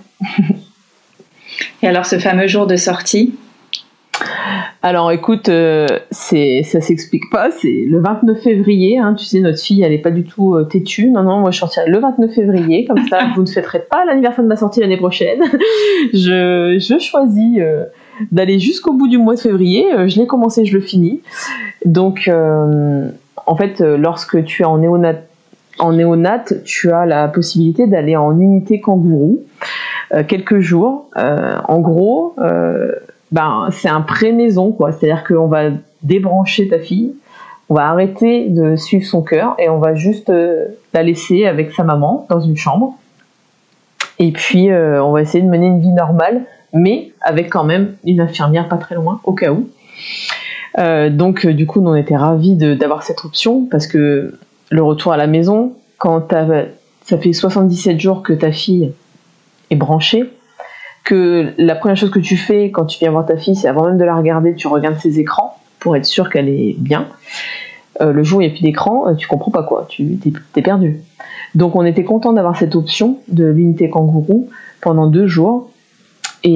Et alors, ce fameux jour de sortie ? Alors écoute, ça s'explique pas, c'est le 29 février, hein, tu sais, notre fille elle est pas du tout têtue, non, moi je sortirai le 29 février, comme ça vous ne fêterez pas l'anniversaire de ma sortie l'année prochaine. Je choisis d'aller jusqu'au bout du mois de février, je l'ai commencé, je le finis. Donc en fait, lorsque tu es en néonat, tu as la possibilité d'aller en unité kangourou quelques jours. En gros, c'est un pré-maison, quoi. C'est-à-dire qu'on va débrancher ta fille, on va arrêter de suivre son cœur et on va juste la laisser avec sa maman dans une chambre. Et puis, on va essayer de mener une vie normale, mais avec quand même une infirmière pas très loin, au cas où. Donc, du coup, nous, on était ravis d'avoir cette option parce que le retour à la maison, quand ça fait 77 jours que ta fille est branchée, que la première chose que tu fais quand tu viens voir ta fille, c'est avant même de la regarder, tu regardes ses écrans pour être sûr qu'elle est bien. Le jour où il n'y a plus d'écran, tu comprends pas quoi, t'es perdu. Donc on était content d'avoir cette option de l'unité kangourou pendant 2 jours. Et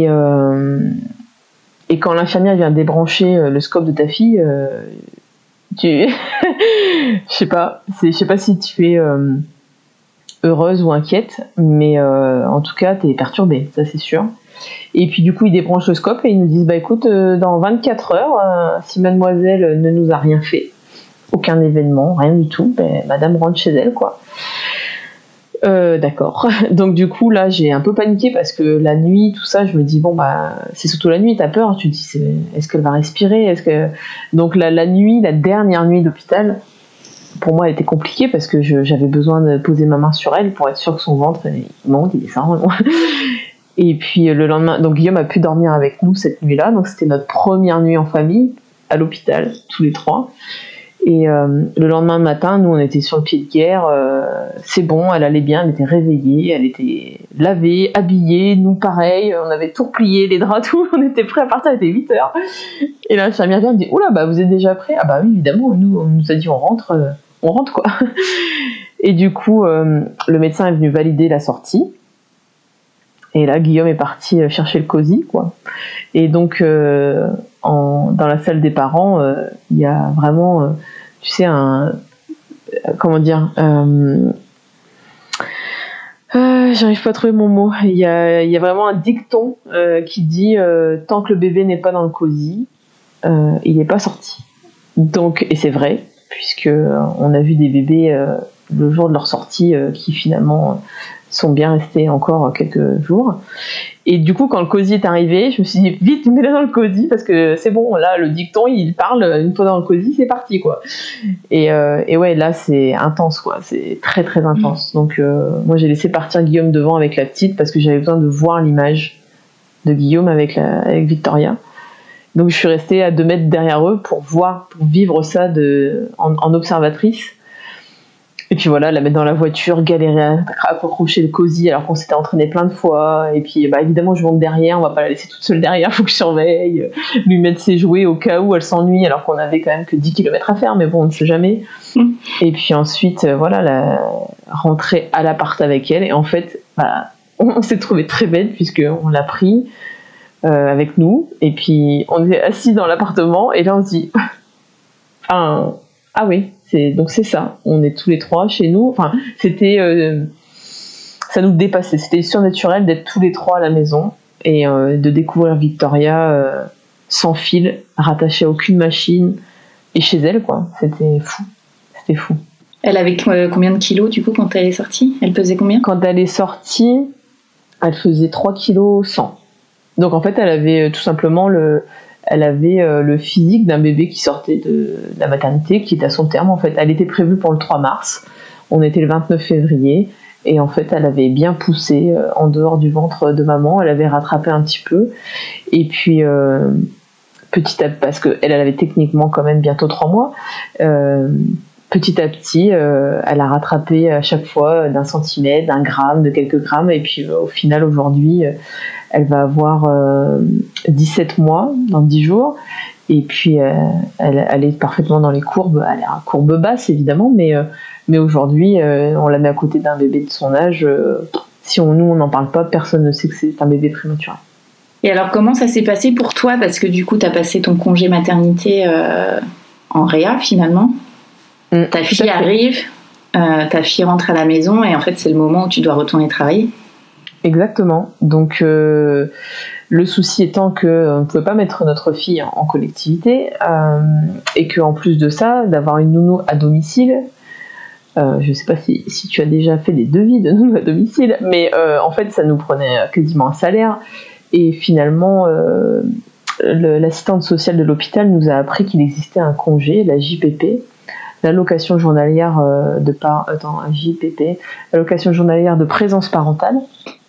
quand l'infirmière vient débrancher le scope de ta fille, je sais pas si tu es heureuse ou inquiète, mais en tout cas t'es perturbée, ça c'est sûr. Et puis du coup ils débranchent le scope et ils nous disent écoute, dans 24 heures, si mademoiselle ne nous a rien fait, aucun événement, rien du tout, madame rentre chez elle, quoi. D'accord. Donc du coup là j'ai un peu paniqué parce que la nuit, tout ça, je me dis c'est surtout la nuit, t'as peur, tu te dis est-ce qu'elle va respirer, donc la nuit, la dernière nuit d'hôpital, pour moi elle était compliquée parce que j'avais besoin de poser ma main sur elle pour être sûr que son ventre monte, il est ça. Et puis le lendemain, donc Guillaume a pu dormir avec nous cette nuit-là, donc c'était notre première nuit en famille à l'hôpital, tous les 3. Et le lendemain matin, nous on était sur le pied de guerre, c'est bon, elle allait bien, elle était réveillée, elle était lavée, habillée, nous pareil, on avait tout replié, les draps, tout, on était prêts à partir, il était 8h. Et l'infirmière vient me dit oula, vous êtes déjà prêts ? Ah bah oui, évidemment, nous on nous a dit on rentre quoi. Et du coup, le médecin est venu valider la sortie. Et là, Guillaume est parti chercher le cosy, quoi. Et donc, dans la salle des parents, il y a vraiment, tu sais, comment dire, J'arrive pas à trouver mon mot. Il y a vraiment un dicton qui dit tant que le bébé n'est pas dans le cosy, il n'est pas sorti. Donc, et c'est vrai, puisque on a vu des bébés le jour de leur sortie qui finalement sont bien restés encore quelques jours. Et du coup, quand le cosy est arrivé, je me suis dit vite, mets-la dans le cosy parce que c'est bon. Là, le dicton, il parle une fois dans le cosy, c'est parti quoi. Et ouais, là, c'est intense quoi. C'est très très intense. Donc, moi, j'ai laissé partir Guillaume devant avec la petite parce que j'avais besoin de voir l'image de Guillaume avec Victoria. Donc je suis restée à 2 mètres derrière eux pour vivre ça en observatrice. Et puis voilà, la mettre dans la voiture, galérer à accrocher le cosy alors qu'on s'était entraîné plein de fois. Et puis évidemment, je monte derrière, on va pas la laisser toute seule derrière, faut que je surveille, lui mettre ses jouets au cas où elle s'ennuie alors qu'on avait quand même que 10 km à faire, mais bon, on ne sait jamais. Et puis ensuite, voilà, rentrer à l'appart avec elle. Et en fait, on s'est trouvé très bête puisqu'on l'a pris avec nous, et puis on était assis dans l'appartement, et là on se dit ah oui, c'est ça, on est tous les 3 chez nous. Enfin, c'était ça nous dépassait, c'était surnaturel d'être tous les 3 à la maison et de découvrir Victoria sans fil, rattachée à aucune machine et chez elle quoi. C'était fou. Elle avait combien de kilos du coup quand elle est sortie? Elle pesait combien? Quand elle est sortie, elle faisait 3 kg 100. Donc en fait, elle avait tout simplement le physique d'un bébé qui sortait de la maternité, qui était à son terme. En fait, elle était prévue pour le 3 mars. On était le 29 février. Et en fait, elle avait bien poussé en dehors du ventre de maman. Elle avait rattrapé un petit peu. Et puis, petit à petit, parce qu'elle avait techniquement quand même bientôt 3 mois, petit à petit, elle a rattrapé à chaque fois d'1 centimètre, d'1 gramme, de quelques grammes. Et puis, au final, aujourd'hui, elle va avoir 17 mois dans 10 jours. Et puis, elle est parfaitement dans les courbes. Elle est à courbe basse, évidemment, mais aujourd'hui, on la met à côté d'un bébé de son âge. Si nous, on n'en parle pas, personne ne sait que c'est un bébé prématuré. Et alors, comment ça s'est passé pour toi? Parce que du coup, tu as passé ton congé maternité en réa, finalement. Ta fille arrive, ta fille rentre à la maison, et en fait, c'est le moment où tu dois retourner travailler. Exactement. Donc, le souci étant qu'on ne pouvait pas mettre notre fille en collectivité, et qu'en plus de ça, d'avoir une nounou à domicile, je ne sais pas si tu as déjà fait des devis de nounou à domicile, mais en fait, ça nous prenait quasiment un salaire. Et finalement, l'assistante sociale de l'hôpital nous a appris qu'il existait un congé, la JPP, l'allocation journalière l'allocation journalière de présence parentale,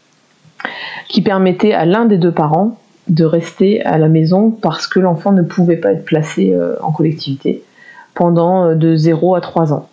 qui permettait à l'un des 2 parents de rester à la maison parce que l'enfant ne pouvait pas être placé en collectivité pendant de 0 à 3 ans.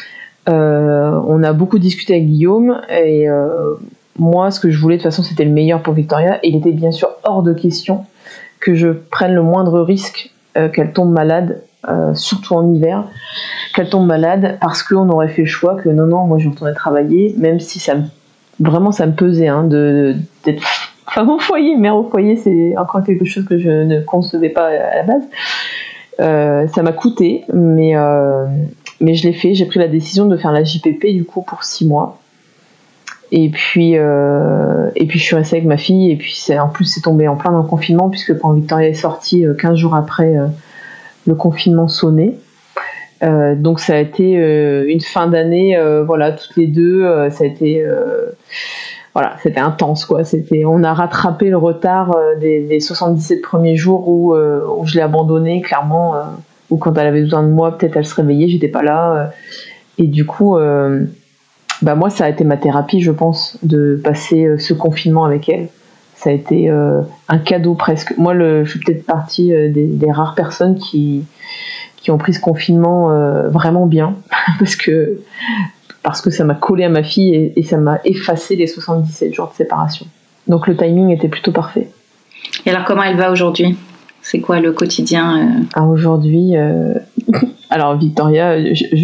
On a beaucoup discuté avec Guillaume, et moi, ce que je voulais, de toute façon, c'était le meilleur pour Victoria, et il était bien sûr hors de question que je prenne le moindre risque qu'elle tombe malade, surtout en hiver, qu'elle tombe malade, parce qu'on aurait fait le choix que non, moi je retournais travailler, même si ça me pesait d'être femme au foyer, mère au foyer, c'est encore quelque chose que je ne concevais pas à la base. Ça m'a coûté, mais je l'ai fait. J'ai pris la décision de faire la JPP du coup pour 6 mois. Et puis je suis restée avec ma fille, et puis en plus c'est tombé en plein dans le confinement, puisque quand Victoria est sortie 15 jours après, le confinement sonnait. Donc ça a été une fin d'année, toutes les 2, ça a été c'était intense quoi. On a rattrapé le retard des 77 premiers jours où je l'ai abandonnée clairement, ou quand elle avait besoin de moi, peut-être elle se réveillait, j'étais pas là, et du coup moi ça a été ma thérapie, je pense, de passer ce confinement avec elle. Ça a été un cadeau presque. Moi, je suis peut-être partie des rares personnes qui ont pris ce confinement vraiment bien, parce que ça m'a collé à ma fille, et ça m'a effacé les 77 jours de séparation. Donc le timing était plutôt parfait. Et alors, comment elle va aujourd'hui? C'est quoi le quotidien Aujourd'hui, alors Victoria,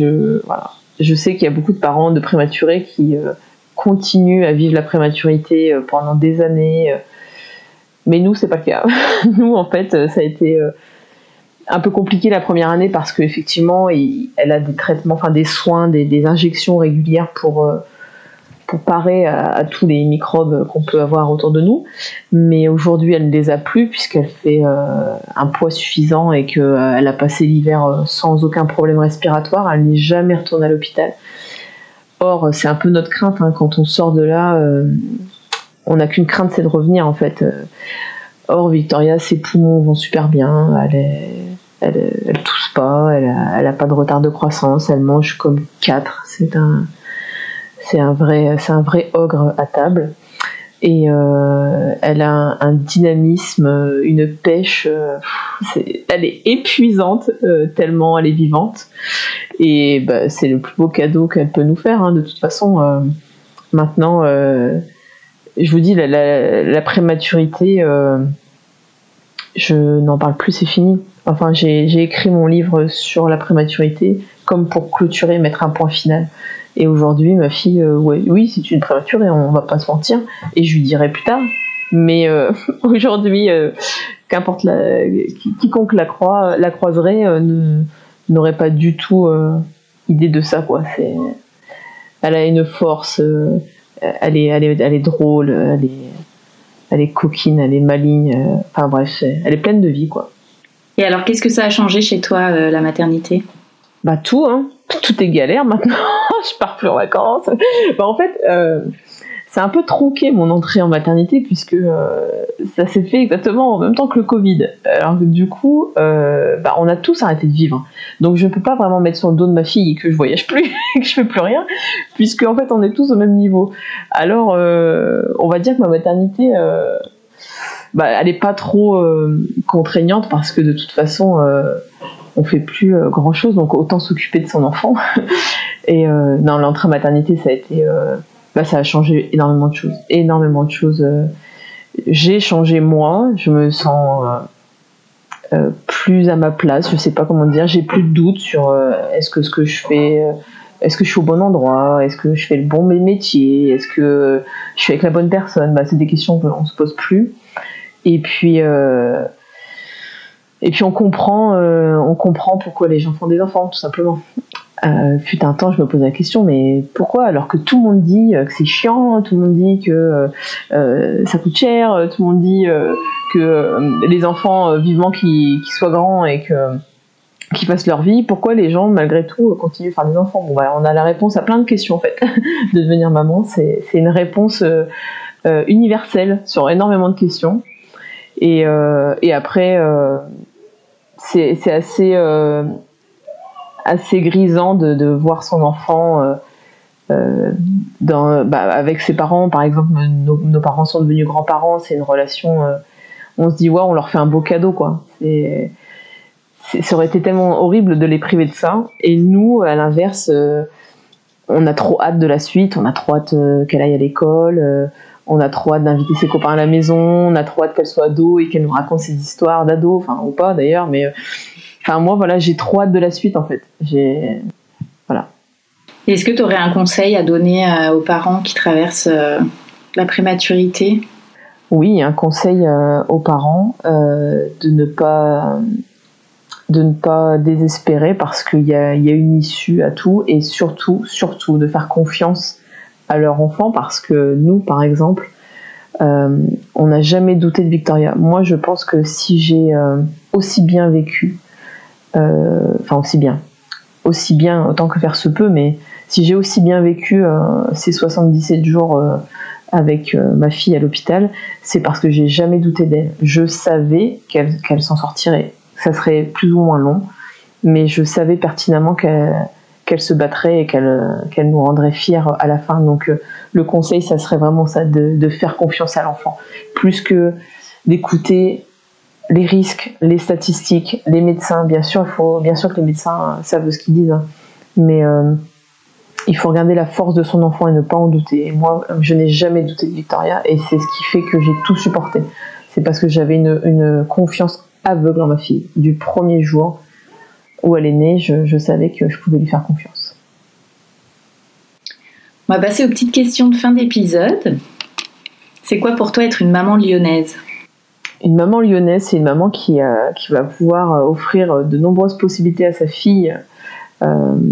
je sais qu'il y a beaucoup de parents de prématurés qui continuent à vivre la prématurité pendant des années, mais nous, c'est pas le cas. Nous, en fait, ça a été un peu compliqué la première année, parce qu'effectivement, elle a des traitements, des soins, des injections régulières pour parer à tous les microbes qu'on peut avoir autour de nous. Mais aujourd'hui, elle ne les a plus puisqu'elle fait un poids suffisant et qu'elle a passé l'hiver sans aucun problème respiratoire. Elle n'est jamais retournée à l'hôpital. Or, c'est un peu notre crainte, quand on sort de là, on n'a qu'une crainte, c'est de revenir en fait. Or, Victoria, ses poumons vont super bien, elle tousse pas, elle a pas de retard de croissance, elle mange comme 4. C'est un vrai ogre à table. Et elle a un dynamisme, une pêche, elle est épuisante tellement elle est vivante. Et c'est le plus beau cadeau qu'elle peut nous faire, de toute façon. Maintenant, je vous dis, la prématurité, je n'en parle plus, c'est fini. Enfin, j'ai écrit mon livre sur la prématurité comme pour clôturer, mettre un point final. Et aujourd'hui, ma fille, oui, c'est une prématurée, on va pas se mentir. Et je lui dirai plus tard. Mais aujourd'hui, qu'importe quiconque la croiserait n'aurait pas du tout idée de ça, quoi. Elle a une force, elle est drôle, elle est coquine, elle est maligne. Enfin bref, elle est pleine de vie, quoi. Et alors, qu'est-ce que ça a changé chez toi, la maternité ? Tout, tout est galère maintenant. Je pars plus en vacances. En fait, c'est un peu tronqué mon entrée en maternité puisque ça s'est fait exactement en même temps que le Covid. Alors que du coup, on a tous arrêté de vivre. Donc je ne peux pas vraiment mettre sur le dos de ma fille que je voyage plus et que je fais plus rien, puisque en fait on est tous au même niveau. Alors on va dire que ma maternité, elle est pas trop contraignante parce que de toute façon on fait plus grand chose, donc autant s'occuper de son enfant. Et dans l'entrée en maternité, ça a été ça a changé énormément de choses. J'ai changé moi, je me sens plus à ma place, je sais pas comment dire, j'ai plus de doute sur est-ce que ce que je fais, est-ce que je suis au bon endroit, est-ce que je fais le bon métier, est-ce que je suis avec la bonne personne. C'est des questions qu'on se pose plus. Et puis on comprend pourquoi les gens font des enfants, tout simplement. Fut un temps, je me posais la question, mais pourquoi ? Alors que tout le monde dit que c'est chiant, tout le monde dit que ça coûte cher, tout le monde dit que les enfants, vivement qu'ils soient grands et qu'ils fassent leur vie, pourquoi les gens, malgré tout, continuent de faire des enfants ? On a la réponse à plein de questions, en fait. De devenir maman, c'est une réponse universelle sur énormément de questions. Et après, c'est assez grisant de voir son enfant avec ses parents. Par exemple, nos parents sont devenus grands-parents, c'est une relation, on se dit on leur fait un beau cadeau, quoi. Ça aurait été tellement horrible de les priver de ça. Et nous, à l'inverse, on a trop hâte de la suite, on a trop hâte qu'elle aille à l'école, on a trop hâte d'inviter ses copains à la maison, on a trop hâte qu'elle soit ado et qu'elle nous raconte ses histoires d'ado, ou pas d'ailleurs, mais moi, j'ai trop hâte de la suite, en fait. Voilà. Est-ce que tu aurais un conseil à donner aux parents qui traversent la prématurité ? Oui, un conseil aux parents, de ne pas désespérer parce qu'il y a une issue à tout, et surtout de faire confiance à leur enfant, parce que nous, par exemple, on n'a jamais douté de Victoria. Moi, je pense que si j'ai aussi bien vécu, aussi bien autant que faire se peut, mais si j'ai aussi bien vécu ces 77 jours avec ma fille à l'hôpital, c'est parce que j'ai jamais douté d'elle. Je savais qu'elle s'en sortirait. Ça serait plus ou moins long, mais je savais pertinemment qu'elle se battrait et qu'elle nous rendrait fiers à la fin. Donc le conseil, ça serait vraiment ça, de faire confiance à l'enfant, plus que d'écouter les risques, les statistiques, les médecins. Bien sûr que les médecins savent ce qu'ils disent, mais il faut regarder la force de son enfant et ne pas en douter. Et moi, je n'ai jamais douté de Victoria, et c'est ce qui fait que j'ai tout supporté. C'est parce que j'avais une confiance aveugle en ma fille. Du premier jour où elle est née, je savais que je pouvais lui faire confiance. On va passer aux petites questions de fin d'épisode. C'est quoi pour toi être une maman lyonnaise ? Une maman lyonnaise, c'est une maman qui va pouvoir offrir de nombreuses possibilités à sa fille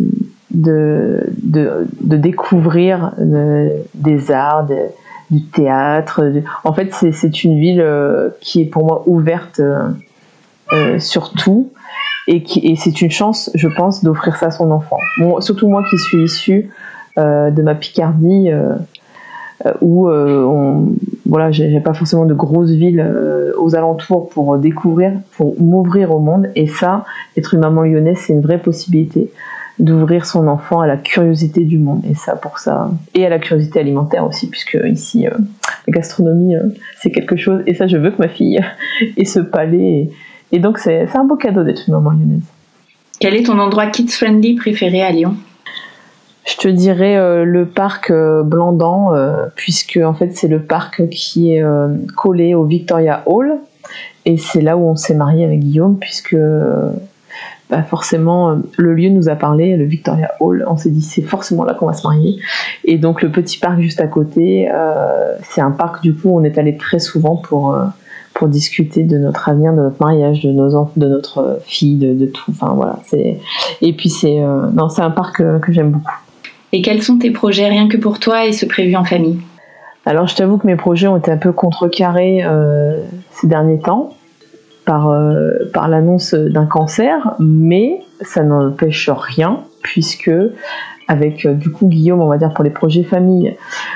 découvrir des arts, du théâtre. En fait, c'est une ville qui est pour moi ouverte sur tout, et c'est une chance, je pense, d'offrir ça à son enfant. Bon, surtout moi qui suis issue de ma Picardie, où j'ai pas forcément de grosses villes aux alentours pour découvrir, pour m'ouvrir au monde. Et ça, être une maman lyonnaise, c'est une vraie possibilité d'ouvrir son enfant à la curiosité du monde, et à la curiosité alimentaire aussi, puisque ici la gastronomie c'est quelque chose, et ça je veux que ma fille ait ce palais, et donc c'est un beau cadeau d'être une maman lyonnaise. Quel est ton endroit kids friendly préféré à Lyon? Je te dirais le parc Blandan, puisque en fait c'est le parc qui est collé au Victoria Hall, et c'est là où on s'est marié avec Guillaume, puisque forcément le lieu nous a parlé, le Victoria Hall. On s'est dit c'est forcément là qu'on va se marier, et donc le petit parc juste à côté, c'est un parc du coup on est allé très souvent pour discuter de notre avenir, de notre mariage, de nos enfants, de notre fille, de tout. Enfin voilà, et puis c'est un parc que j'aime beaucoup. Et quels sont tes projets rien que pour toi et ceux prévus en famille? Alors je t'avoue que mes projets ont été un peu contrecarrés ces derniers temps par l'annonce d'un cancer, mais ça n'empêche rien, puisque avec du coup Guillaume, on va dire pour les projets famille,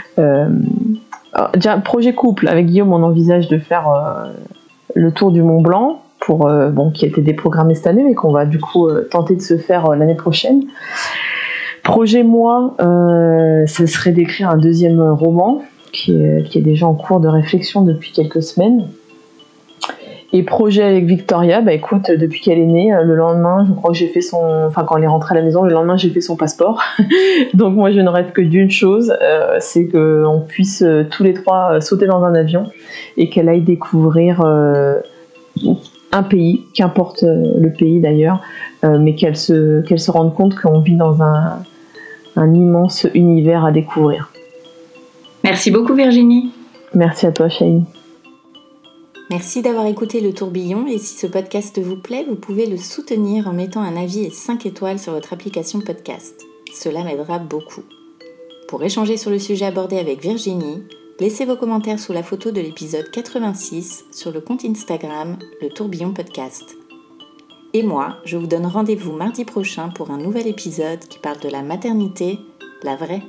déjà projet couple, avec Guillaume on envisage de faire le tour du Mont Blanc, qui a été déprogrammé cette année, mais qu'on va du coup tenter de se faire l'année prochaine. Projet moi, ça serait d'écrire un deuxième roman qui est déjà en cours de réflexion depuis quelques semaines. Et projet avec Victoria, écoute, depuis qu'elle est née, le lendemain, je crois que quand elle est rentrée à la maison, le lendemain j'ai fait son passeport. Donc moi je ne rêve que d'une chose, c'est qu'on puisse tous les trois sauter dans un avion et qu'elle aille découvrir un pays, qu'importe le pays d'ailleurs, mais qu'elle se rende compte qu'on vit dans un immense univers à découvrir. Merci beaucoup Virginie. Merci à toi Chahine. Merci d'avoir écouté Le Tourbillon, et si ce podcast vous plaît, vous pouvez le soutenir en mettant un avis et 5 étoiles sur votre application podcast. Cela m'aidera beaucoup. Pour échanger sur le sujet abordé avec Virginie, laissez vos commentaires sous la photo de l'épisode 86 sur le compte Instagram Le Tourbillon Podcast. Et moi, je vous donne rendez-vous mardi prochain pour un nouvel épisode qui parle de la maternité, la vraie.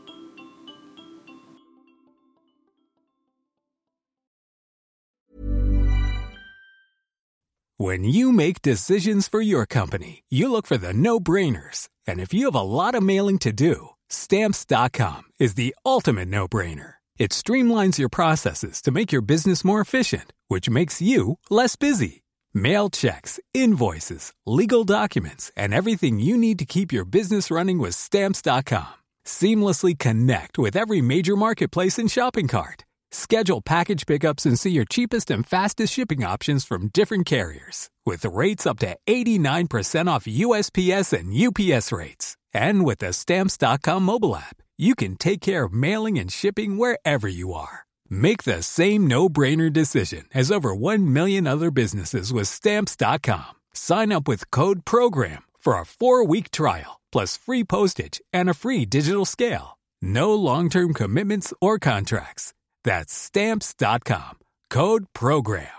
When you make decisions for your company, you look for the no-brainers. And if you have a lot of mailing to do, Stamps.com is the ultimate no-brainer. It streamlines your processes to make your business more efficient, which makes you less busy. Mail checks, invoices, legal documents, and everything you need to keep your business running with Stamps.com. Seamlessly connect with every major marketplace and shopping cart. Schedule package pickups and see your cheapest and fastest shipping options from different carriers, with rates up to 89% off USPS and UPS rates. And with the Stamps.com mobile app, you can take care of mailing and shipping wherever you are. Make the same no-brainer decision as over 1 million other businesses with Stamps.com. Sign up with code PROGRAM for a 4-week trial, plus free postage and a free digital scale. No long-term commitments or contracts. That's Stamps.com. Code PROGRAM.